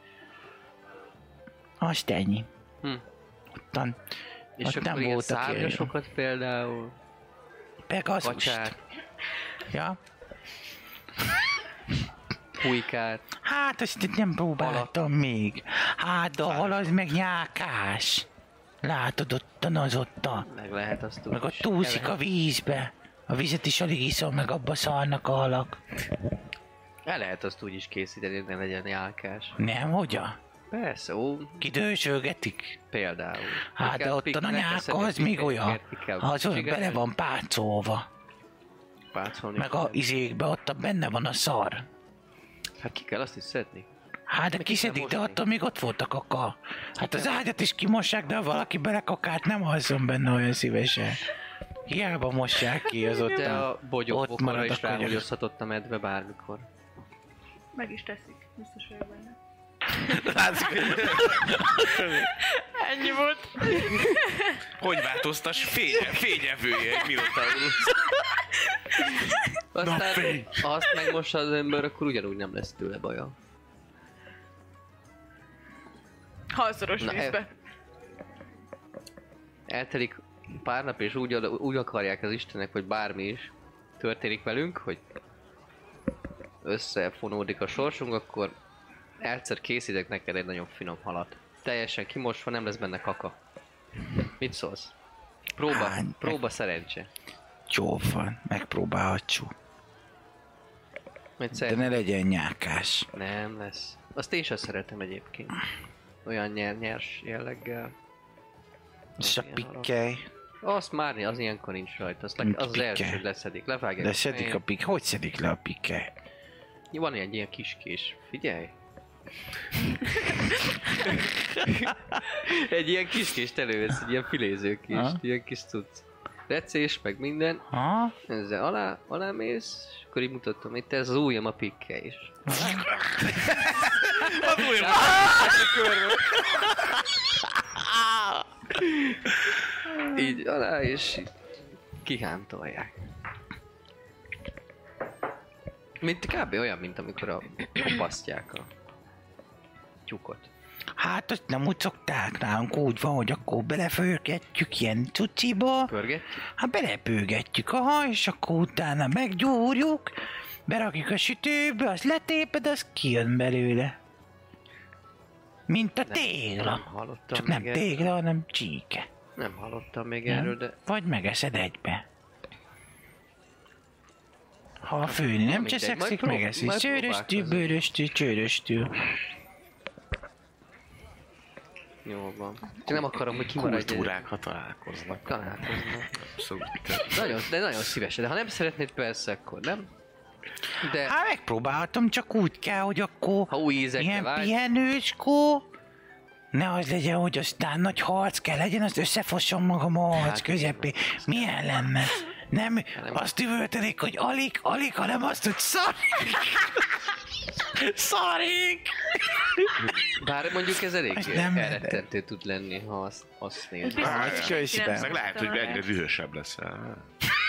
Azt ennyi. Hm. Ottan, és ott akkor nem ilyen voltak szárnyasokat például? Pegazust. Ja. Pulykát. Hát azt nem próbáltam halat. Még. Hát a hal az meg nyákás. Látod ottan az ottan. Meg lehet azt úgy. Meg a túszik a vízbe. A vizet is alig iszom, meg abba szarnak a halak. El lehet azt úgy is készíteni, hogy ne legyen nyálkás. Nem, hogyan? Persze, ó. Kidősölgetik? Például. Hát de ottan a nyálka az még olyan. Az olyan bele van pácolva. Pácolni. Meg a izékbe ott benne van a szar. Hát ki kell azt is szedni. Hát de kiszedik, de attól még ott volt a kaka. Hát az ágyat is kimossák, de ha valaki belekakált, nem alszom benne olyan szívesen. Hiába mossák ki, az ott, de a bogyókokra is a ráhúgyozhatott a medve bármikor. Meg is teszik, biztos vagyok benne. Ennyi volt. Hogy változtas fényevője egy minotaurus? Aztán, ha azt megmossa az ember, akkor ugyanúgy nem lesz tőle baja. Halszoros vízbe. El, eltelik pár nap, és úgy, úgy akarják az istenek, hogy bármi is történik velünk, hogy összefonódik a sorsunk, akkor egyszer készítek neked egy nagyon finom halat. Teljesen kimosva, nem lesz benne kaka. Mit szólsz? Próba, hát, próba meg... szerencse. Jó van, megpróbálhatjuk. De ne legyen nyákás. Nem lesz. Azt én sem szeretem egyébként. Olyan nyer nyers jelleggel. És a pikkely. Azt már az ilyenkor nincs rajta. Azt le, az az első, hogy leszedik. Levágják. De szedik a pikkely. Hogy szedik le a pikkely? Van egy ilyen kis kés. Figyelj! Egy ilyen kis kést elővesz, egy ilyen filézőkést, ilyen kis cucc. Recés, meg minden. Ha? Ezzel alá, alá mész, és akkor így mutatom, itt ez az ujjam a pikke is. Az ujjam a körbe. Így alá, és kihántolják. Mint kb. Olyan, mint amikor a kopasztják a tyúkot. Hát azt nem úgy szokták nálunk, úgy van, hogy akkor belefőgetjük ilyen cuciba. Pörgetjük? Hát belepőgetjük, aha, és akkor utána meggyúrjuk, berakjuk a sütőbe, azt letéped, az kijön belőle. Mint a tégla. Nem hallottam Csak még nem erről. tégla, hanem csíke. Nem hallottam még Nem? erről, de... Vagy megeszed egybe. Ha a főni nem mindegy, cseszekszik, majd prób- megeszi. majd Csőröstű, próbálkozom. bőröstű, csőröstű. Jó van. Csak nem akarom, hogy kimaradj. Kultúrákat találkoznak. Találkoznak. Abszolút. Nagyon, de nagyon szívesen. De ha nem szeretnéd, persze, akkor nem. De Hát megpróbáltam, csak úgy kell, hogy akkor ha új ízekre ilyen vágy, pihenőskó, ne az legyen, hogy aztán nagy harc kell legyen, azt összefosson magam a harc Hát, közepén. Milyen lenne? Nem, nem. azt üvöltenék, hogy alig, alig, hanem azt, hogy szarik. Szarik! bár mondjuk ez elég Ez nem elrettentő tud lenni, ha azt, azt nézd. Hát, közben. Meg lehet, hogy egyre dühösebb leszel.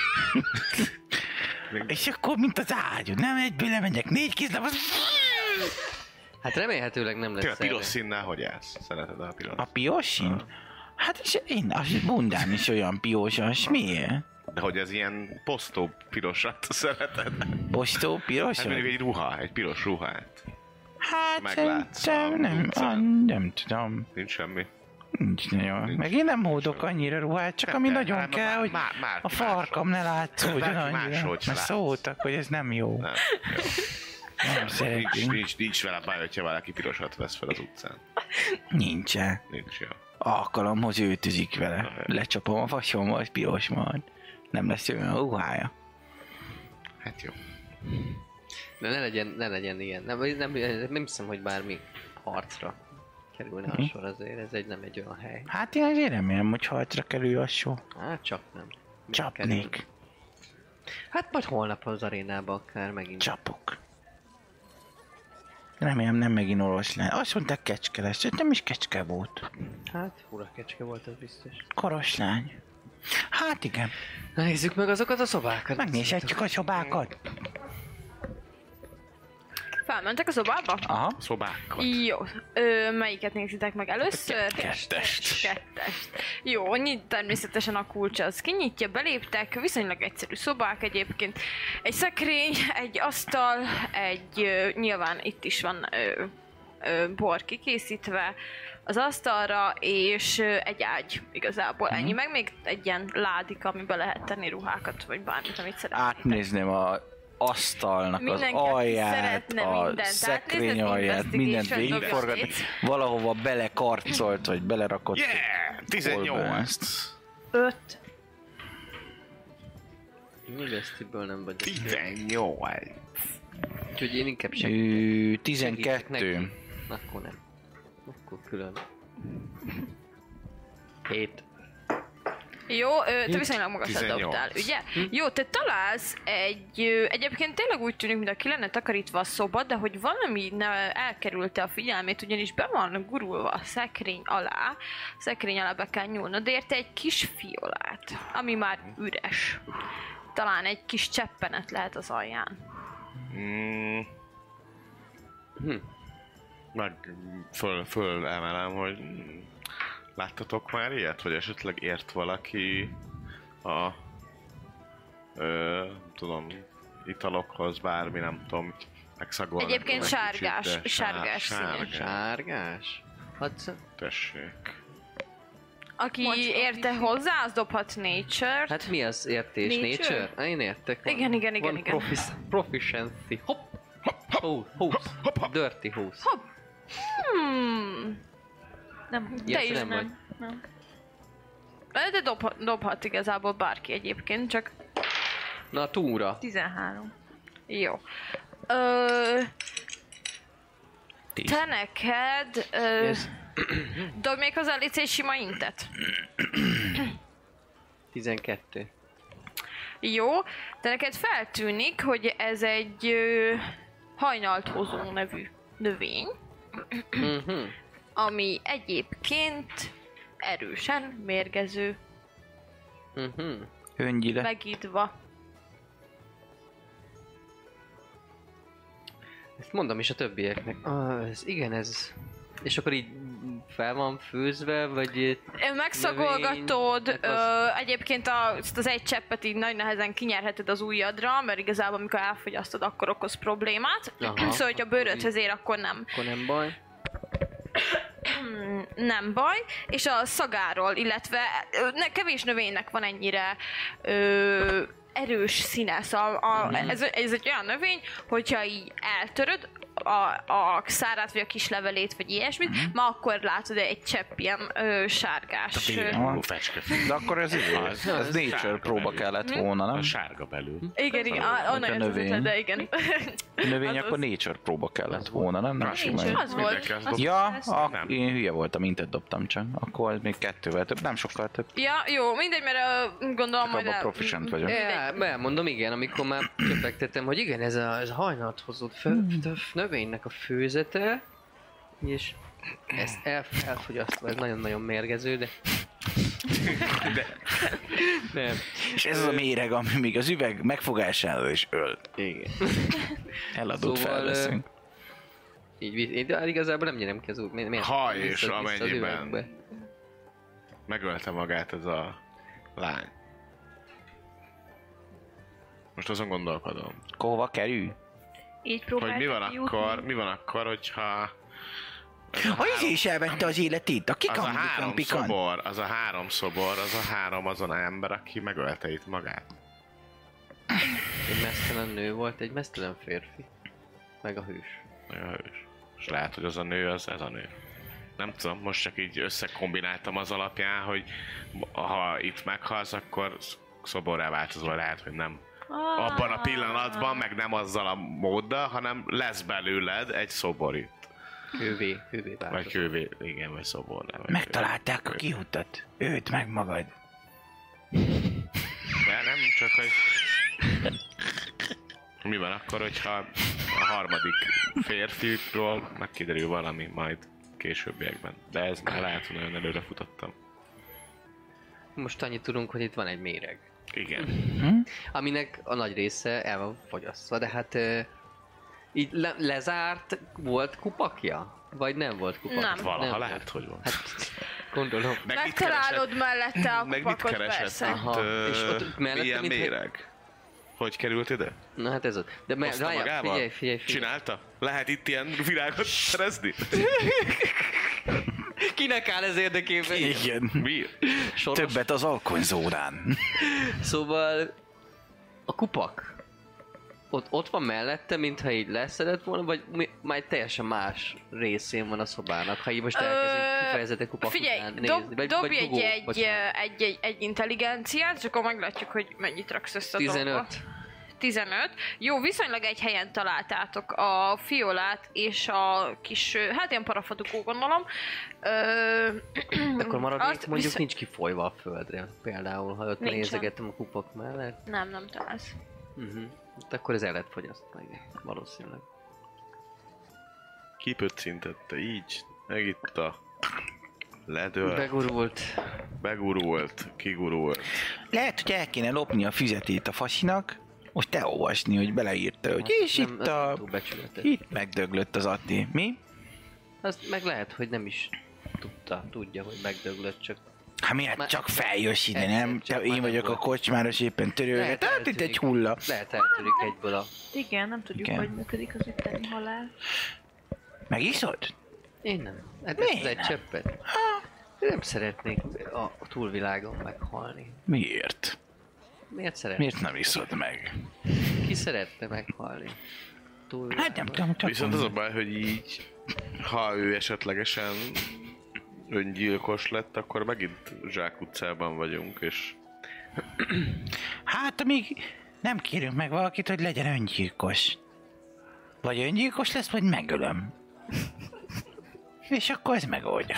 És akkor, mint az ágyú, nem egyből lemegyek, négy kézlem, az... Hát remélhetőleg nem lesz Te a piros erre. színnel hogy állsz? Szereted a piros? A pirosin? Hát és én, a bundám is olyan piros, miért? De hogy ez ilyen posztó pirosat szereted? Postó piros? Hát mondjuk egy ruha, egy piros ruhát. Hát meglátsz szerintem a nem, utcán. a, nem tudom. Nincs semmi. Nincs nagyon. Nincs. Meg én nem hódok annyira ruhát, csak Nem, ami de- nagyon hát, kell, má- hogy má- má- a farkam ne látszódjon Bárki annyira. máshogy Mert látsz. szóltak, hogy ez nem jó. Nem. Nem Nincs, szeretünk. nincs, nincs vele baj, hogyha valaki pirosat vesz fel az utcán. Nincsen. Nincs jó. Alkalomhoz öltözik vele. Lecsapom a fasommal, hogy piros majd. Nem lesz olyan ruhája. Hát jó. De ne legyen, ne legyen ilyen. Nem, nem, nem hiszem, hogy bármi harcra kerülne a Mi? sor azért. Ez egy, nem egy olyan hely. Hát én azért remélem, hogy harcra kerül a só. Hát csak nem. Még Csapnék. kerül. Hát majd holnap az arénába akár megint. Csapok. Remélem nem megint oroszlán. Azt mondták kecske lesz, nem is kecske volt. Hát fura kecske volt ez biztos. Koroslány. Hát igen. Na nézzük meg azokat a szobákat. Megnézhetjük a szobákat. Felmentek a szobába? Aha. Szobákat. Jó. Ö, melyiket nézitek meg először? Kettest. Kettest. Jó, nyit természetesen a kulcs az kinyitja, beléptek, viszonylag egyszerű szobák egyébként. Egy szekrény, egy asztal, egy, ö, nyilván itt is van ö, ö, bor kikészítve az asztalra, és ö, egy ágy igazából. Mhm. Ennyi, meg még egy ilyen ládika, amiben lehet tenni ruhákat, vagy bármit, amit szeretnétek. Átnézném a asztalnak az Mindenki, aki alját, szeretne a mindent szekrény átnézni, alját, mindent investigation végigforgatni. dobjatok. Valahova belekarcolt, vagy belerakott. Yeah! tizennyolc! Olbást. Öt. Még eztiből nem vagyok. tizennyolc! Úgyhogy én inkább segítek. Ő, Segítek tizenkettő. neki. Akkor nem. Akkor külön. Hét. Jó, ö, te viszonylag magasat tizennyolc. dobtál, ugye? Jó, te találsz egy... Ö, egyébként tényleg úgy tűnik, mintha ki lenne takarítva a szoba, de hogy valami ne, elkerülte a figyelmét, ugyanis be van gurulva a szekrény alá. A szekrény alá be kell nyúlnod, de érte egy kis fiolát, ami már üres. Talán egy kis cseppenet lehet az alján. Mm. Hm. Meg föl, föl emelem, hogy láttatok már ilyet? Vagy esetleg ért valaki a ö, tudom, italokhoz, bármi, nem tudom, megszagolni. Egyébként egy sárgás, kicsit, de sárgás színű. sárgás. Sárgás? Hát, Tessék. Aki Macska érte vízi. hozzá, az dobhat nature. hát mi az értés? Nature? Nature? Ah, én értek. Van, Igen, igen, igen, van igen. Profis- proficiency. Hopp! Hú, húsz. Dirty húsz. Hopp. Hmm. Nem. Ilyet Te is nem nem. vagy. Nem. De dobhat, dobhat igazából bárki egyébként, csak Na, túra. tizenhárom. jó. Ö, Tíz. te neked... Ö, Ez dobj még hozzá légy egy sima intet. tizenkettő. Jó. De neked feltűnik, hogy ez egy ö, hajnalt hozó nevű növény, Mhm. ami egyébként erősen mérgező, Uh-huh. Öngyile. megidva. Ezt mondom is a többieknek. Ah, ez, igen, ez... És akkor így fel van főzve, vagy... Megszagolgatod, növény, ö, egyébként a, azt az egy cseppet így nagy nehezen kinyerheted az ujjadra, mert igazából amikor elfogyasztod, akkor okoz problémát. Aha, Szóval, hogyha a bőrödhöz ér, akkor nem. Akkor nem baj. Nem baj. És a szagáról, illetve ö, ne, kevés növénynek van ennyire ö, erős színe. Szóval a, Mhm. ez, ez egy olyan növény, hogyha így eltöröd, a, a szárát, vagy a kis levelét, vagy ilyesmit, Mhm. ma akkor látod egy csepp ilyen ö, sárgás. ö, Ó, fecske. De akkor ez így, Az- ez az nature sárga próba belül. kellett Hm? volna, nem? A sárga belül. Igen, igen, a, Vagy onnan a jött az növény. ötlet, de igen. Növény, Az akkor az. nature próba kellett volna, nem? Nem Az sima. nincs. Az volt. Mindenki azt Azt Ja, persze. a, Nem. én hülye voltam, mintet dobtam csak. Akkor ez még kettővel több, nem sokkal több. Ja, jó, mindegy, mert uh, gondolom, Csak hogy... abban el- proficient vagyok. mindegy. Ja, elmondom, igen, amikor már csöpegtettem, hogy igen, ez a, ez a hajnalt hozott fő, növénynek a főzete, és ezt el, elfogyasztva, ez nagyon-nagyon mérgező, de... de... Nem. És ez az a méreg, ami még az üveg megfogásánál is öl. Igen. Eladott Szóval, fel leszünk. Így, így, de igazából nem nyerem ki az út. Miért? Ha Vissza- és vissza az amennyiben. üvegbe. Megölte magát ez a lány. Most azon gondolkodom, Hova kerül? Így hogy mi próbáltam van kijutni. akkor, mi van akkor, hogyha ez a A izé is elvette az életét, a az a kikam, három pikam, pikam. szobor, az a három szobor, az a három azon ember, aki megölte itt magát. Egy mesztelen nő volt, egy mesztelen férfi. Meg a hős. Nagyon hős. És lehet, hogy az a nő, az ez a nő. Nem tudom, most csak így összekombináltam az alapján, hogy ha itt meghalsz, akkor szoborrá változol, lehet, hogy nem abban a pillanatban, meg nem azzal a móddal, hanem lesz belőled egy szobor itt. Hővé, hővé Vagy változott. kővé, igen, vagy szoborrá. Vagy Megtalálták a kővé. kiutat. Őt meg magad. De nem, csak hogy... Mi van akkor, hogyha a harmadik férfiról megkiderül valami majd későbbiekben. De ez már lehet, hogy nagyon előre futottam. Most annyit tudunk, hogy itt van egy méreg. Igen. Aminek a nagy része el van fogyasztva, de hát uh, így le- lezárt volt kupakja? Vagy nem volt kupakja? Nem. Valaha Nem lehet, volt. hogy van. Hát gondolom. Meg mit Megtalálod mellette a Meg mit kupakot, keresett persze. itt? Aha, ö, és ott mellette milyen mintha- méreg? Hogy került ide? Na hát ez ott. De me- Hozta várjál, magával? figyelj, figyelj, figyelj. Csinálta? Lehet itt ilyen virágot szerezni? Kinek áll ez érdekében? Igen. Mi? Soros. Többet az alkonyzódán. Szóval a kupak ott, ott van mellette, mintha így leszedett volna, vagy mi, már teljesen más részén van a szobának, ha így most elkezdünk Ö, kifejezetten kupak Figyelj, után nézni. dob, Vagy- dobj vagy egy, dugó, egy, bocsánat. egy, egy, egy intelligenciát, és akkor meglátjuk, hogy mennyit raksz össze a dolgba. tizenöt. tizenöt. Jó, viszonylag egy helyen találtátok a fiolát és a kis, ö, hát ilyen parafadukó gondolom. Ö, Akkor maradék azt mondjuk visz- nincs kifolyva a földre. Például, ha ott Nincsen. nézegettem a kupak mellett. Nem, nem találsz. Uh-huh. Akkor ez el lett fogyasztva, igen. Valószínűleg. Kipöccintette, így. Megitta. Ledölt. Begurult. Begurult. Kigurult. Lehet, hogy el kéne lopni a füzetét a fasinak, most te olvasni, hogy beleírta, hogy és Nem, itt az a... túl becsületes. Itt megdöglött az Atti. Mi? Azt meg lehet, hogy nem is tudta, tudja, hogy megdöglött, csak Hát miért Már- csak feljössz ide, egyszer nem? csak Te, már én nem vagyok a volt. kocsmáros éppen törölget. Lehet, Hát itt eltűnik. egy hulla. lehet eltűnik egyből a... Igen, nem tudjuk, Igen. hogy működik az itteni halál. Megiszod? Én nem. Hát Miért ez egy nem? cseppet. Én nem szeretnék a túlvilágon meghalni. Miért? Miért szeretnék? Miért nem iszod meg? Ki szeretne meghalni? Túlvilágon. Hát nem tudom, csak Viszont az a mondom. baj, hogy így, ha ő esetlegesen öngyilkos lett, akkor megint zsákutcában vagyunk, és Hát amíg nem kérünk meg valakit, hogy legyen öngyilkos. Vagy öngyilkos lesz, vagy megölöm. És akkor ez megoldja.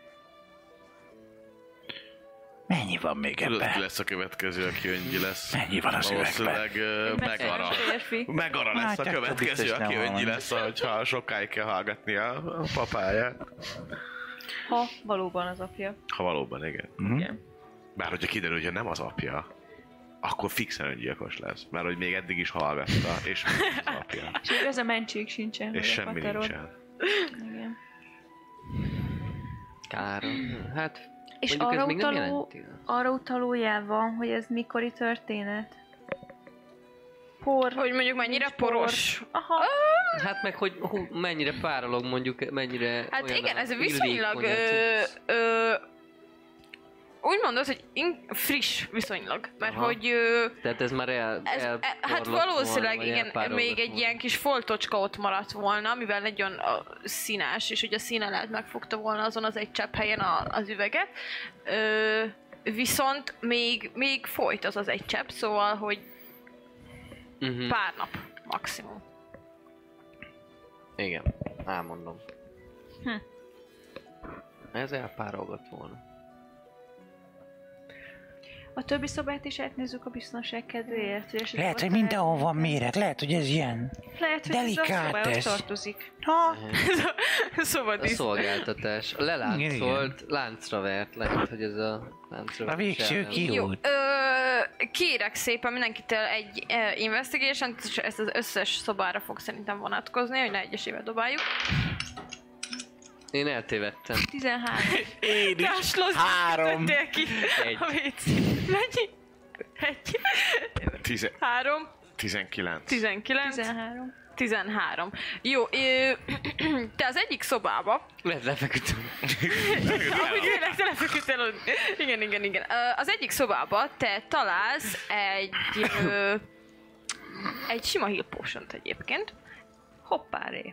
Mennyi van még tudod, ki ebben? lesz a következő, aki öngyi lesz. Mennyi van az Valószínűleg ö, megara. Férfi. Megara lesz Hát, a akkor következő, biztos nem aki öngyi valami. lesz, hogyha sokáig kell hallgatni a, a papáját. Ha valóban az apja. Ha valóban, igen. Mhm. Igen. Bár hogyha kiderül, hogy nem az apja, akkor fixen öngyilkos lesz. Mert hogy még eddig is halvetta, és még az apja. És még ez a mentség sincsen. És hogy a semmi paterod. nincsen. Igen. Kár. Hát, És mondjuk ez arra még nem utaló, jelenti. arra utaló jel van, hogy ez mikori történet? Por. Hogy mondjuk mennyire nincs por. poros. Aha. Hát meg, hogy hú, mennyire párolog mondjuk, mennyire Hát olyan igen, a ez viszonylag... illékony a Ö, cucc. ö, úgy mondod, hogy in- friss viszonylag. Mert Aha. hogy... Ö, Tehát ez már el, Ez, e, hát elporlott valószínűleg volna, vagy igen, elpárolgott még egy volna. ilyen kis foltocska ott maradt volna, mivel nagyon a színes, és ugye a színelet megfogta volna azon az egy csepp helyen a, az üveget. Ö, viszont még, még folyt az az egy csepp, szóval, hogy Uh-huh. pár nap maximum. Igen, elmondom. Hm. Ez elpárolgott volna. A többi szobát is átnézzük a biztonság kedvéért. Hogy esetleg Lehet, ott hogy mindenhol van találunk. méreg, lehet, hogy ez ilyen. Lehet, hogy ez a delikátes. szobához tartozik. Ha, szóval A szolgáltatás. A leláncolt, láncra vert. Lehet, hogy ez a láncra a vert végső semmel. kiút. Jó, ö, kérek szépen mindenkitől egy uh, investigation, és ezt az összes szobára fog szerintem vonatkozni, hogy ne egyesével dobáljuk. Én eltévedtem. tizenhárom. Én Gáslóz, Három. tettél ki Egy. a vécét. Mennyi? Egy. Tize- Három. tizenkilenc. Tizenkilenc. tizenhárom. Tizenhárom. Jó, ö, te az egyik szobába, Lehet lefeküdtem. ahogy tényleg te lefeküdtél aludni. Igen, igen, igen. Ö, Az egyik szobába te találsz egy ö, egy sima heal potion-t egyébként. Hoppáré.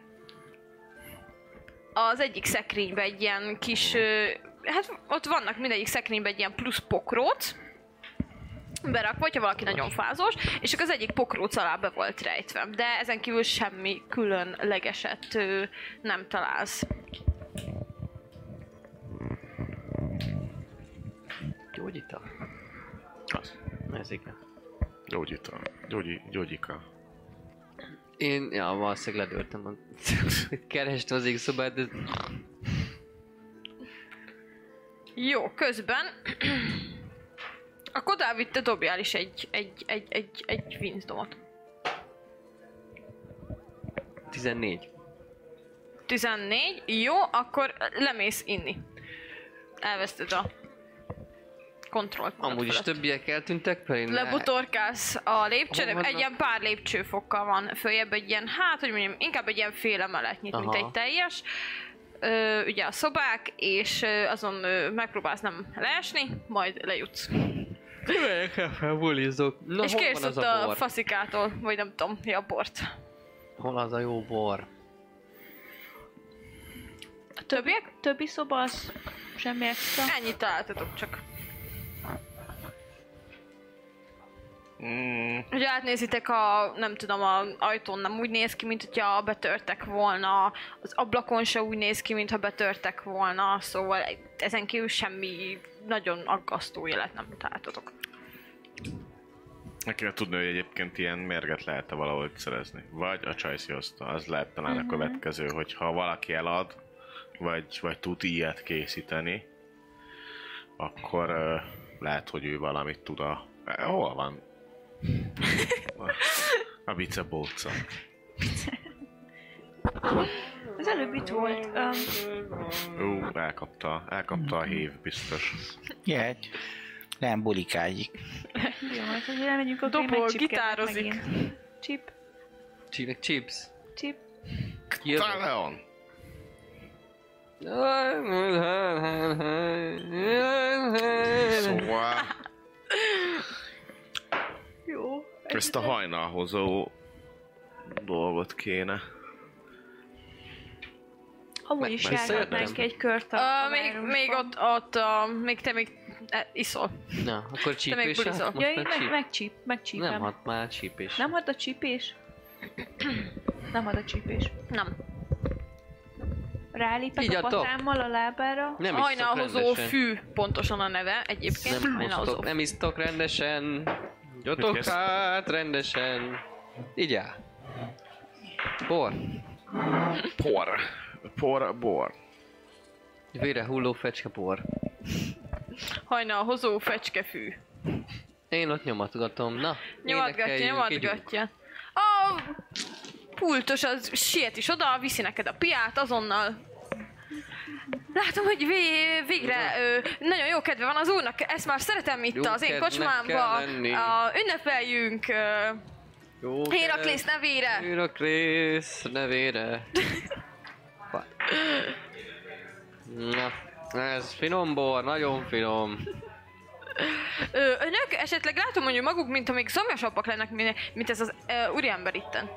Az egyik szekrényben egy ilyen kis, ö, hát ott vannak mindegyik szekrényben egy ilyen plusz pokróc, berakva, hogyha valaki nagyon fázós, és akkor az egyik pokróc alá be volt rejtve. De ezen kívül semmi különlegeset ö, nem találsz. Gyógyita? Az. Ez igen. Gyógyita. Gyógyi, gyógyika. Én, ja, valószínűleg ledőltem. A... Kerestem az egyik szobát, de... Jó, közben akkor Dávid, te dobjál is egy, egy, egy, egy, egy wisdomot. tizennégy. tizennégy, jó, akkor lemész inni. Elveszted a kontrollt. magad Amúgy is fölött. többiek eltűntek, pedig én Lebotorkálsz a lépcsőn, Hol vannak? egy ilyen pár lépcsőfokkal van följebb, egy ilyen, hát hogy mondjam, inkább egy ilyen fél emeletnyit, mint Aha. egy teljes. Ö, ugye a szobák, és ö, azon ö, megpróbálsz nem leesni, majd lejutsz. Felbulizok. Na, és hol kérsz van az ott a a bor? faszikától, vagy nem tudom, mi a bort. Hol az a jó bor? A többiek? Többi szoba az semmi extra. Ennyit találtatok csak. Mm, Hogy átnézitek a, nem tudom, a ajtón nem úgy néz ki, mint hogyha betörtek volna, az ablakon se úgy néz ki, mintha betörtek volna, szóval ezen kívül semmi nagyon aggasztó élet nem találtatok. meg kéne tudni, hogy egyébként ilyen mérget lehet-e valahogy szerezni. Vagy a Csajci hozta. Az lehet talán a következő, hogy ha valaki elad, vagy, vagy tud ilyet készíteni, akkor uh, lehet, hogy ő valamit tud a... Eh, hol van? A, a bicebóca. Az előbb itt volt. Um, Ú, elkapta, elkapta a hév biztos. Jegy. Nem bulikáljik. jó, hát hogy elmegyünk, akkor Dobol, megcsipkednek gitározik. megint. Chip, Chip, chips. chip. Taleon! Szóval Jó. ezt a hajnalhozó dolgot kéne. Amúgy is meg járhatnánk szeretem. egy kört a, Uh, a még, városban. még ott, ott uh, még te még eh, iszol. Na, akkor még csípés. bulizol. Most Ja, én már meg, csíp. megcsíp, megcsípem. Nem hat már csípés. Nem ad a csípés? Nem ad a csípés. Nem. Rálépek Így a adtok? patámmal a lábára. Nem isztok Hajnalhozó rendesen. fű, pontosan a neve egyébként. Nem, Hajnalhozó osztok, nem isztok rendesen. Gyotok kezd? hát rendesen. Így áll. Bor. Por. Por, bor. Vére hulló fecskepor. Hajnalhozó fecskefű. Én ott nyomatgatom, na. Nyomatgatja, énekeljünk, nyomatgatja. A pultos az siet is oda, viszi neked a piát, azonnal. Látom, hogy vé- végre ö, nagyon jó kedve van az úrnak, ezt már szeretem itt Jó az én kedvnek kocsmámba. kell lenni. A, ünnepeljünk ö, Jó, Héraklész nevére. Héraklész nevére. Na, ez finom bor, nagyon finom. Ö, önök esetleg látom, hogy maguk, mint amíg szomjasabbak lennek, mint, mint ez az ö, úriember itten.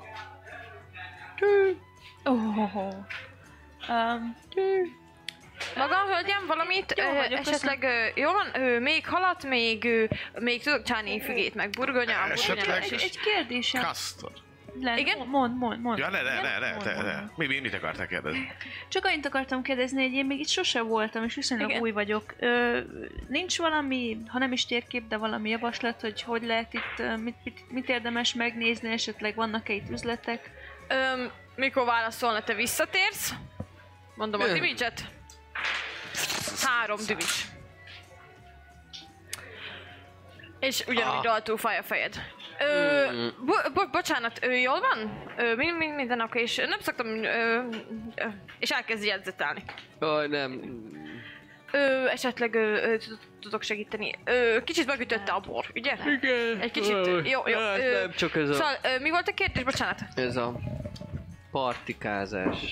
Oh, oh, oh. Um, Maga, hölgyem, valamit? Jó Ö, vagyok, esetleg ö, jó van? Ö, még halat, még, ö, még tudok csinálni fügét, meg burgonya, Esetleg- burgonya egy, is. egy kérdésem. Kasztor. Le, Igen? Mond, mond, mond. Ja, ne, ne, ne, ne, Mond, ne, mond, ne. mond. Mi, mi, mit akartál kérdezni? Csak annyit akartam kérdezni, hogy én még itt sose voltam, és viszonylag Igen. új vagyok. Ö, nincs valami, ha nem is térkép, de valami javaslat, hogy hogy lehet itt, ö, mit, mit, mit érdemes megnézni, esetleg vannak-e itt üzletek? Ö, mikor válaszolna, te visszatérsz? Mondom a Ö. dimidzset. Három divics. És ugyanúgy rajtól fáj a fejed. Ö, bo- bo- bocsánat, ö, jól van? Ö, min- min- minden oké, és nem szoktam... Ö, ö, és elkezd jegyzetelni. Jaj, nem. Ö, esetleg ö, ö, tud- tudok segíteni. Ö, kicsit megütötte a bor, ugye? Igen. Egy kicsit, jó, jó. Hát Ö, nem csak ez a, Szóval, ö, mi volt a kérdés? Bocsánat. ez a partikázás.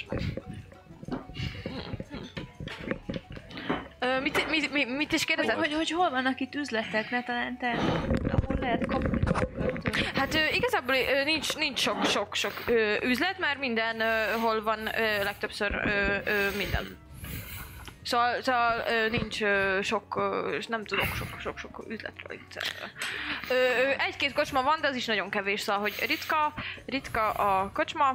Ö, mit, mit, mit, mit is Hogy, kérdezett? hogy, hogy hol vannak itt üzletek, ne talán te, ahol lehet kapni dolgokat? ö. Hát ö, igazából ö, nincs, nincs sok, sok, sok ö, üzlet, mert mindenhol van ö, legtöbbször ö, ö, minden. Szóval, szóval ö, nincs ö, sok, ö, és nem tudok sok, sok, sok üzletről itt. Ö, ö, egy-két kocsma van, de az is nagyon kevés, szóval, hogy ritka, ritka a kocsma.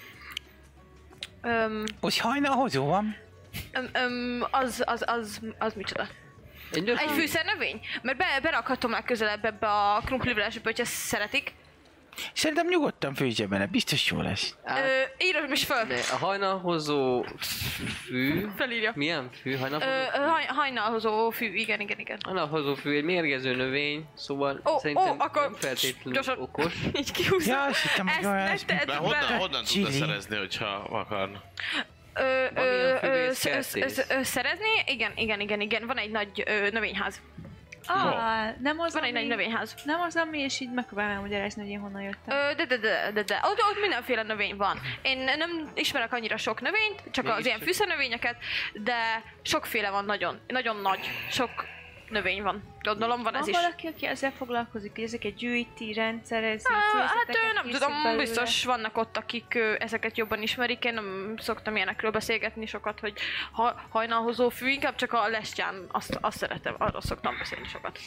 Öm, Úgy hajnalhozó van? öm, öm, az, az, az, az micsoda? Egy Egy fűszernövény? Mert be, berakhatom legközelebb ebbe a krumplivlásba, hogyha szeretik. Szerintem nyugodtan főzze bele, biztos jó lesz. Ö, írom is föl. Ne, a hajnalhozó fű... Felírja. Milyen fű? Ö, Hajnalhozó ö, haj, hajnalhozó fű, igen, igen, igen. Hajnalhozó fű egy mérgező növény, szóval Ó, szerintem ó, akkor nem feltétlenül gyorsan. okos. Így kihúzom. Ja, azt hittem, hogy Ezt olyan ne lesz, tedd De honnan, bele. honnan Chili. tudna szerezni, hogyha akarna? Ö, Van ö, ilyen ö, füvész sz- ö, kertész? ö, Szerezni? Igen, igen, igen, igen. Van egy nagy ö, növényház. Ah, nem az, Van egy nagy ami, növényház. nem az, ami, és így megpróbálom elmagyarázni, hogy én honnan jöttem. Ö, de, de, de, de, de. Ott, ott mindenféle növény van. Én nem ismerek annyira sok növényt, csak Mégis az ilyen csak- fűszernövényeket, de sokféle van nagyon, nagyon nagy, sok növény van. Gondolom van ez Van is. valaki, aki ezzel foglalkozik, hogy ezeket gyűjti, rendszerezi, Á, hát főzeteket ö, nem készít tudom, belőle? biztos vannak ott, akik ö, ezeket jobban ismerik. Én nem szoktam ilyenekről beszélgetni sokat, hogy ha, hajnalhozó fű, inkább csak a lestján, azt, azt szeretem, arról szoktam beszélni sokat.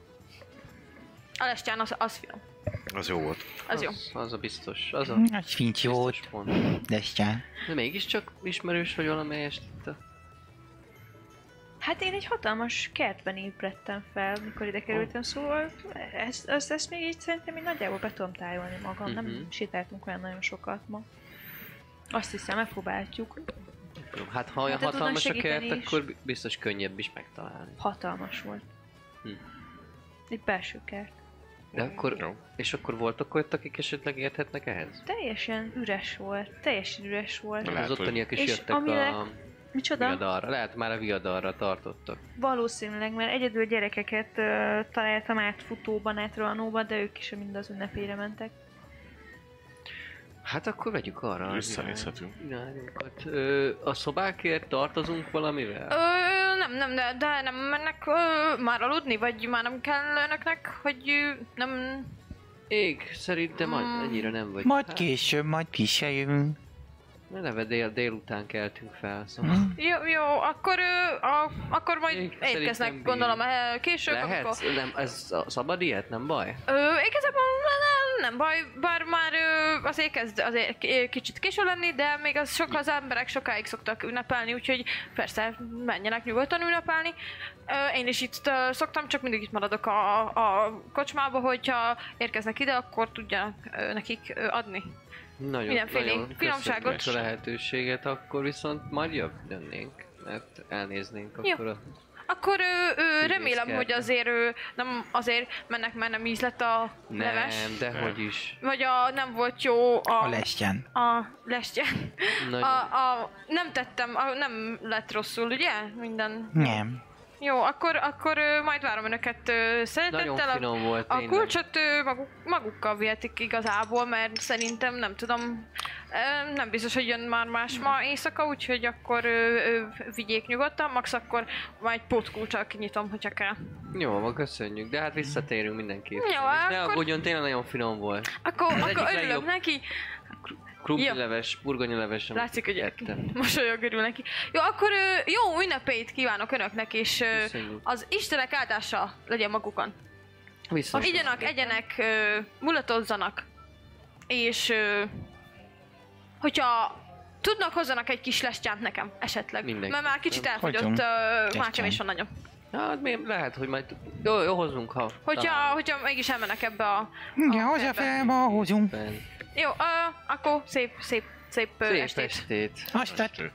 A lestján az, az finom, Az jó volt. az jó. Az, az a biztos, az a Nagy fincs biztos volt, pont. Destján. De mégiscsak ismerős vagy valamelyest itt a... Hát én egy hatalmas kertben ébredtem fel, mikor ide kerültem, szóval ezt, ezt, ezt még így szerintem én nagyjából be tudom tájolni magam, nem Mhm. sétáltunk olyan nagyon sokat ma. Azt hiszem, megpróbáljuk. Hát ha Hát olyan te tudnak hatalmas a segíteni kert, is. akkor biztos könnyebb is megtalálni. Hatalmas volt. Hm. Egy belső kert. De akkor, Jó. és akkor voltak ott, akik esetleg érthetnek ehhez? Teljesen üres volt, teljesen üres volt. Lehet, Az hogy- ottaniak is És jöttek amire- a Micsoda? viadarra. Lehet már a viadarra tartottak. Valószínűleg, mert egyedül gyerekeket uh, találtam át futóban, át rohanóba, de ők is mind az ünnepére mentek. Hát akkor vegyük arra. az Visszanézhetünk. irány- irányokat. Ö, a szobákért tartozunk valamivel? Ö, nem, nem, de, de nem mennek ö, már aludni, vagy már nem kell önöknek, hogy ö, nem... Ég, szerintem majd Mm. ennyire nem vagy. Majd Hát, később, majd ki se jövünk. Eleve dél, délután keltünk fel, szóval... Hm? Jó, jó, akkor, ö, a, akkor majd Én érkeznek, szerintem gondolom, ö, később, Lehet? amikor... Nem, ez a szabad ilyet, nem baj? Ö, igazából nem, nem baj, bár már ö, azért kezd azért k- kicsit késő lenni, de még az sok az emberek sokáig szoktak ünnepelni, úgyhogy persze menjenek nyugodtan ünnepelni. Ö, én is itt ö, szoktam, csak mindig itt maradok a, a kocsmába, hogyha érkeznek ide, akkor tudjanak ö, nekik ö, adni. Nagyon, Mindenféle nagyon finomságot. köszönjük a lehetőséget, akkor viszont majd jönnénk mert elnéznénk Jó. akkor a... Akkor ő, ő, remélem, kertbe. hogy azért ő, nem azért mennek, mert nem ízlett a leves. Nem, dehogy is. Vagy a nem volt jó a... A lestyen. A lestjen. Nagyon. A, a, nem tettem, a, nem lett rosszul, ugye? Minden. Nem. Jó, akkor, akkor ö, majd várom önöket ö, szeretettel. Nagyon finom volt, A, a tényleg. kulcsot ö, maguk, magukkal vihetik igazából, mert szerintem nem tudom, ö, nem biztos, hogy jön már más ma éjszaka, úgyhogy akkor ö, ö, vigyék nyugodtan, max akkor majd pótkulccsal kinyitom, hogyha kell. Jó, van, köszönjük, de hát visszatérünk mindenképp. Jó, És ne akkor- aggódjon, tényleg nagyon finom volt. Akkor, Ez akkor egyik örülök legjobb. neki. Krumplileves, burgonyaleves, amit Látszik, hogy ettem. mosolyog, örül neki. Jó, akkor ö, jó ünnepét kívánok önöknek, és ö, Köszönjük. az Istenek áldása legyen magukon. Viszont. Igyanak, egyenek, ö, mulatozzanak, és ö, hogyha tudnak, hozzanak egy kis lestyánt nekem, esetleg. Mindenki. Mert már kicsit elfogyott, Hagyom. ö, mácsam is van nagyon. Hát mi, lehet, hogy majd... Jó, jó, hozzunk, ha... Hogyha, hogyha mégis elmennek ebbe a... Ja, a hozzá kertbe. fel, ma hozunk. talán. Jó, ö, akkor szép, szép, szép, ö, Szép estét. estét. Aztán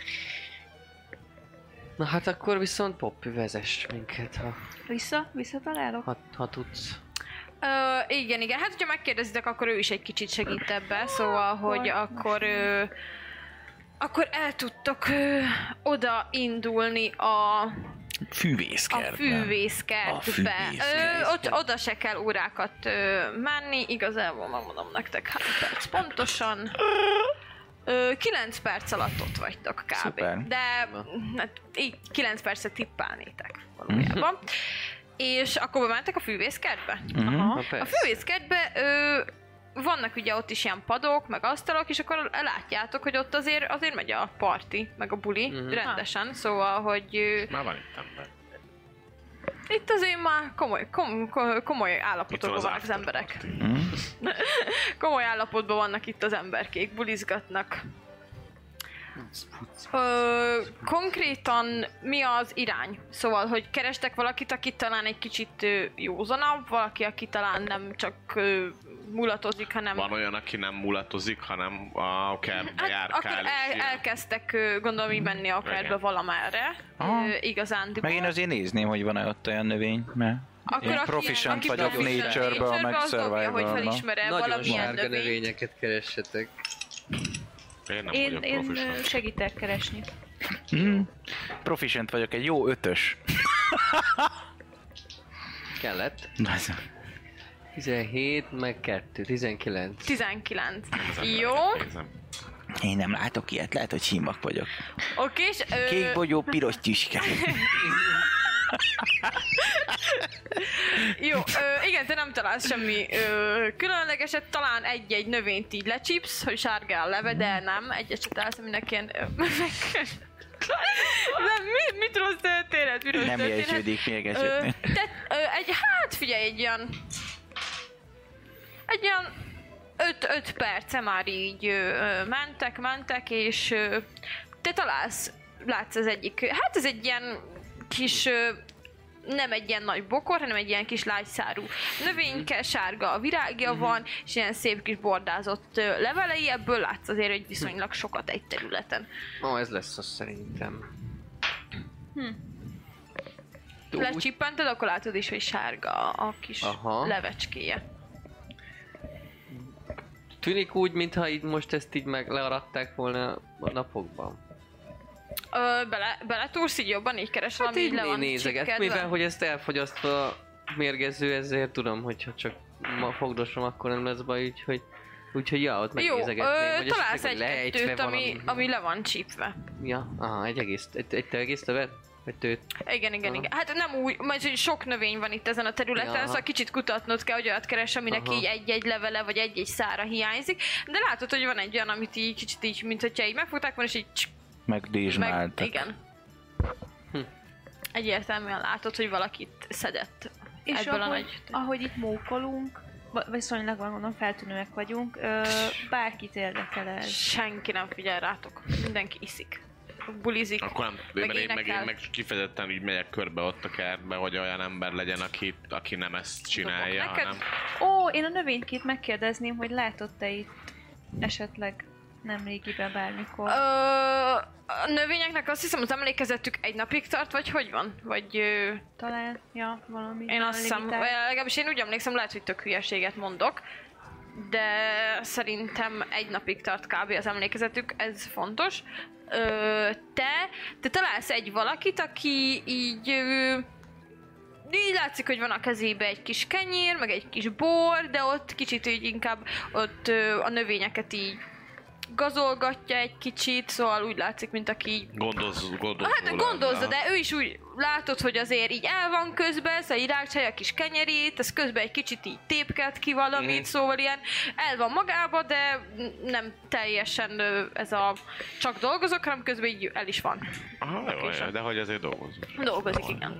Na hát akkor viszont Poppy vezess minket, ha, Vissza? Visszatalálok? ha, ha tudsz. Ö, igen, igen. Hát, hogyha megkérdezitek, akkor ő is egy kicsit segít ebbe, szóval, hogy akkor... Ö, akkor el tudtok ö, oda indulni a, a fűvészkertben. fűvészkertbe. A fűvészkertbe. Ö, ott, oda se kell órákat ö, menni, igazából megmondom nektek hány perc pontosan. Ö, kilenc perc alatt ott vagytok kb. Szuper. De hát, így kilenc percet tippelnétek valójában. És akkor bementek a fűvészkertbe? Mhm. Na, A persze. fűvészkertbe ö, vannak ugye ott is ilyen padok, meg asztalok, és akkor látjátok, hogy ott azért, azért megy a parti, meg a buli Mhm. rendesen, szóval, hogy ö, Már van itt ember. itt azért már komoly, kom, kom, komoly Itt állapotokban van az vannak az after emberek. party. Mhm. Komoly állapotban vannak itt az emberkék, bulizgatnak. Ö, konkrétan mi az irány? Szóval, hogy kerestek valakit, aki talán egy kicsit ö, józanabb, valaki, aki talán nem csak ö, mulatozik, hanem... Van olyan, aki nem mulatozik, hanem a kertbe Hát, járkál. akkor és el, ilyen. elkezdtek ö, gondolom így menni a kertbe Igen. valamerre. Aha. Ö, igazándiból. Meg én azért nézném, hogy van-e ott olyan növény, mert Akkor én aki- proficient aki vagyok proficient nature-ba, meg az dobja, hogy survival-ba. felismer-e Nagyon valamilyen sárga növényt. növényeket keressetek. Én nem Én, vagyok én proficient. ö, segítek keresni. Mhm. Proficient vagyok, egy jó ötös. Kellett. Ez- tizenhét, meg kettő, tizenkilenc. tizenkilenc. Az Jó. embereket nézem. Én nem látok ilyet, lehet, hogy hímak vagyok. Oké, és... ö, Kék bogyó, piros tüske. Jó, ö, igen, te nem találsz semmi ö, különlegeset, talán egy-egy növényt így lecsípsz, hogy sárga a leve, de nem, egyet se találsz, aminek ilyen... Ö, nem, mi, mit rossz történet? Mi rossz Nem történet? jegyződik még Ö, esetnél. te, ö, egy, hát figyelj, egy olyan... Egy olyan öt, öt perce már így ö, ö, mentek, mentek, és ö, te találsz, látsz az egyik, hát ez egy ilyen kis, ö, nem egy ilyen nagy bokor, hanem egy ilyen kis lágyszárú növényke, sárga a virágja van, és ilyen szép kis bordázott ö, levelei, ebből látsz azért egy viszonylag sokat egy területen. Ó, ez lesz az szerintem. Hm. Úgy- Lecsippented, akkor látod is, hogy sárga a kis Aha. levecskéje. Tűnik úgy, mintha így most ezt így meg learadták volna a napokban. Ö, bele, beletúrsz így jobban, így keresel, Hát ami így így le van nézeget, csipkedve? mivel hogy ezt elfogyasztva mérgező, ezért tudom, hogyha csak ma fogdosom, akkor nem lesz baj, úgyhogy úgyhogy ja, ott Jó, megnézegetném, ö, hogy találsz esetleg hogy lejtve egy-kettőt, ami, valami- ami le van csípve. Ja, aha, egy egész, egy, egy te egész tövet? Vagy tőt? Igen, igen, Aha. igen. Hát nem úgy, mert hogy sok növény van itt ezen a területen, Ja, szóval kicsit kutatnod kell, hogy olyat keres, aminek Aha. így egy-egy levele, vagy egy-egy szára hiányzik. De látod, hogy van egy olyan, amit így kicsit így, mint hogyha így megfogták volna, és így csk, Meg meg, dézsmáltak. igen. Hm. Egyértelműen látod, hogy valakit szedett És ebből a ahogy, nagy... ahogy itt mókolunk, va- viszonylag van, gondolom, feltűnőek vagyunk, ö, bárkit érdekel ez. Senki nem figyel rátok. Mindenki iszik. Bulizik. Akkor nem, Meg mert én meg, én énekel. meg kifejezetten így megyek körbe ott a kertbe, hogy olyan ember legyen, aki, aki nem ezt csinálja, Dobok neked? hanem... Ó, én a növénykét megkérdezném, hogy látott-e itt esetleg Nem régiben, bármikor. Ö, a növényeknek azt hiszem az emlékezetük egy napig tart, vagy hogy van? Vagy... Ö, Talán, ja, valami. én azt hiszem, limitált. legalábbis én úgy emlékszem, lehet, hogy tök hülyeséget mondok, de szerintem egy napig tart kb. Az emlékezetük, ez fontos. Ö, te, te találsz egy valakit, aki így... Ö, így látszik, hogy van a kezébe egy kis kenyér, meg egy kis bor, de ott kicsit így inkább ott ö, a növényeket így gazolgatja egy kicsit, szóval úgy látszik, mint aki így... Gondolz, gondolz Hát gondozza, de ő is úgy látod, hogy azért így el van közben, szóval így rákcsálja a kis kenyerét, ez közben egy kicsit így tépket ki valamit, mm. szóval ilyen el van magába, de nem teljesen ö, ez a csak dolgozok, hanem közben így el is van. Aha, jó, jó, de hogy azért dolgozunk. Dolgozik, igen.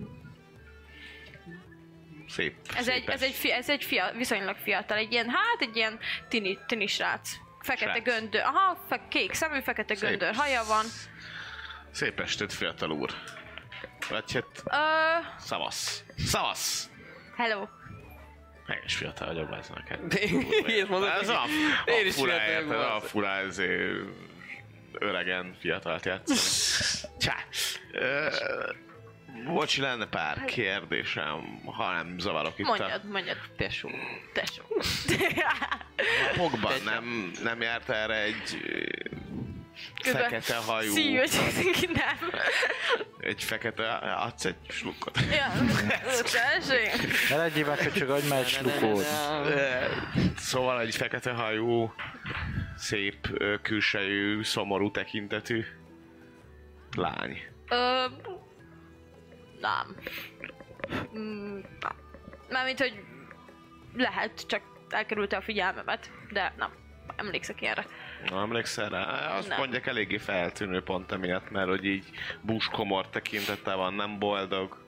Szép. Ez egy, ez egy, fi, ez egy fia, viszonylag fiatal, egy ilyen, hát egy ilyen tini, tini srác. Fekete Srác. göndör, aha, fe, kék szemű, fekete Szép. göndör haja van. Szép estét, fiatal úr. Vagy hát... Ö, Szavasz. Szavasz! hello. Melyes fiatal vagyok, ez neked. Ilyet mondod, Ez a, én a is fura, fiatal érted, vagyok. a fura ezért öregen fiatalt játszani. Csá! Ö, Bocsi, lenne pár kérdésem, ha nem zavarok itt Mondjad, mondjad. Tesó. Tesó. a pokban. Nem, nem járt erre egy ö, fekete hajú, Szív, hogy nem. egy fekete, adsz egy slukkot. Ja, tessék. Ne legyél meg, hogy csak adj már egy slukót. Ö, Szóval egy fekete hajú, szép ö, külsejű, szomorú tekintetű lány. Ö, nem. Mm, nem. Mármint, hogy lehet, csak elkerülte a figyelmemet, de nem. Emlékszek ilyenre. Na, emlékszel rá? Azt Nem. mondják eléggé feltűnő pont emiatt, mert hogy így búskomor tekintete van, nem boldog.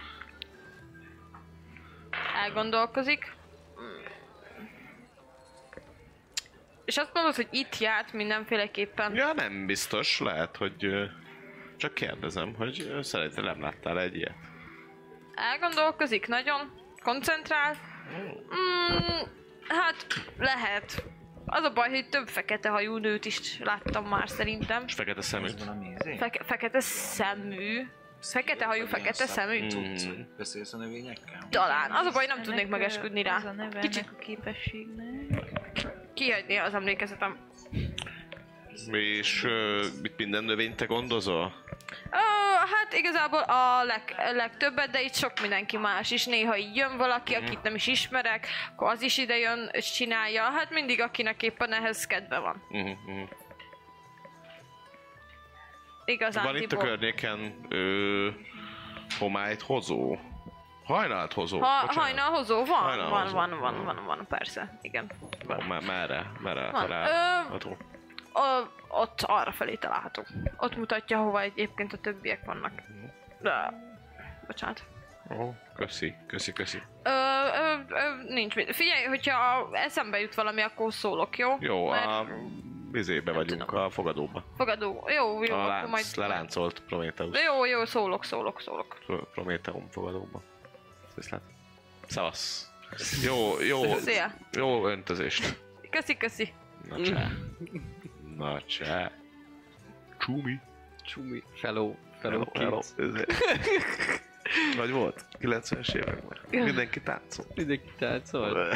Elgondolkozik. Mm. És azt mondod, hogy itt járt mindenféleképpen. Ja, nem biztos, lehet, hogy ö, csak kérdezem, hogy ö, szeretnél, nem láttál egy ilyet? Elgondolkozik nagyon, koncentrál. Mm, hát lehet. Az a baj, hogy több fekete hajú nőt is láttam már szerintem. És fekete szemű. Valami izé? Feke- fekete szemű. Fekete hajú, fekete szemű. Mm. Beszélsz a növényekkel? Talán. Az a baj, nem tudnék Ennek, megesküdni ö, rá. Az a neve Kicsit ennek a képességnek. kihagyni az emlékezetem. És ö, mit minden növényt te gondozol? Ö, hát igazából a leg, legtöbbet, de itt sok mindenki más is. Néha így jön valaki, akit nem is ismerek, akkor az is ide jön és csinálja. Hát mindig akinek éppen ehhez kedve van. Uh-huh, uh-huh. Igazán Van itt a környéken ö, homályt hozó? Hajnalt hozó? Ha, Bocsánat. hajnalhozó van, Hajnalhozó. van, van, van, van, van, persze, igen. Van, mer- merre? Merre Van. található? A, ott arra felé található. Ott mutatja, hova egyébként a többiek vannak. De... Bocsánat. Ó, köszi, köszi, köszi. Ö, ö, ö, nincs mit. Figyelj, hogyha eszembe jut valami, akkor szólok, jó? Jó, Mert a vizébe vagyunk, tudom. a fogadóba. Fogadó. Jó, jó, A akkor lánc, majd... leláncolt Prometheus. Jó, jó, szólok, szólok, szólok. Pro- Prometheum fogadóba. Viszlát. Szavasz. Jó, jó, Szia. jó öntözést. Köszi, köszi. Na csá. Na csá. Csumi. Csumi. Fellow. Fellow Hello, kids. hello. Vagy volt? kilencvenes években. Mindenki táncol. Mindenki táncol.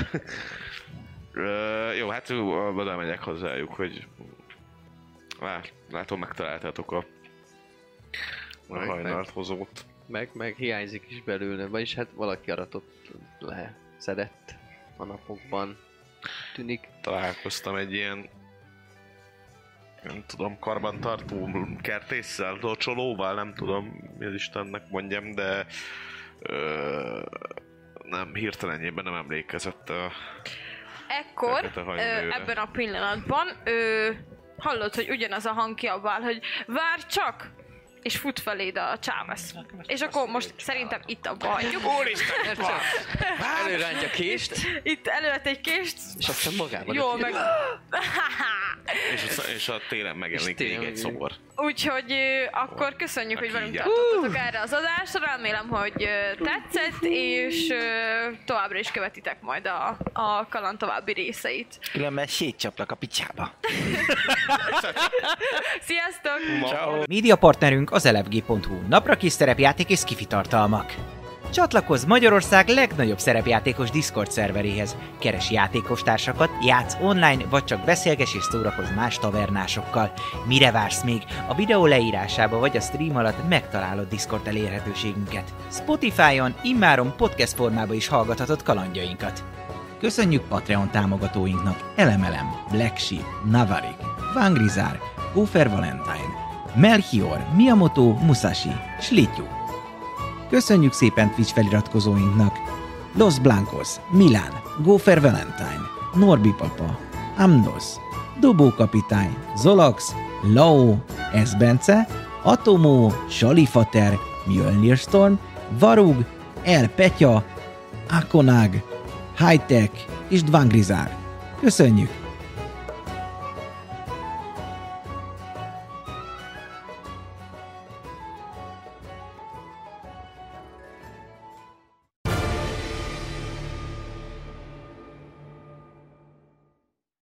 Ö, Jó, hát ö, oda megyek hozzájuk, hogy Lát, látom, megtaláltátok a, a Meg, hajnalt hozót. Meg, meg hiányzik is belőle, vagyis hát valaki aratott le, szedett a napokban. Tűnik. Találkoztam egy ilyen, nem tudom, karbantartó kertésszel, locsolóval, nem tudom, mi az Istennek mondjam, de ö, nem, hirtelenjében nem emlékezett a... Ekkor, Fekete hajú ö, nőre. ebben a pillanatban, ö, hallod, hogy ugyanaz a hang kiabál, hogy várj csak! és fut feléd a Chávez. És akkor most szerintem itt abba hagyjuk. Úristen! Előrántja kést, Itt előtt egy kést. és aztán magában. Jól meg... És a, és a télen megjelenik És még télen egy szobor. Úgyhogy ö, akkor köszönjük, Aki hogy velünk így áll. tartottatok erre az adásra. Remélem, hogy ö, tetszett, és ö, továbbra is követitek majd a, a kaland további részeit. Különben szétcsaplak a picsába. Sziasztok! Ciao. Média partnerünk az elefg pont hu, napra kis szerepjáték és skifi tartalmak. Csatlakozz Magyarország legnagyobb szerepjátékos Discord szerveréhez. Keres játékostársakat, játsz online, vagy csak beszélges és szórakozz más tavernásokkal. Mire vársz még? A videó leírásába vagy a stream alatt megtalálod Discord elérhetőségünket. Spotify-on immáron podcast formában is hallgathatod kalandjainkat. Köszönjük Patreon támogatóinknak Elemelem, Black Sheep, Navarik, Vangrizár, Gófer Valentine, Melchior, Miyamoto Musashi, Slityu. Köszönjük szépen Twitch feliratkozóinknak Los Blancos, Milán, Gófer Valentine, Norbi Papa, Amnos, Dobó Kapitány, Zolax, Lao, Esbence, Atomó, Salifater, Mjölnir Storm, Varug, El Petya, Akonag, Hightech és Dvangrizár. Köszönjük!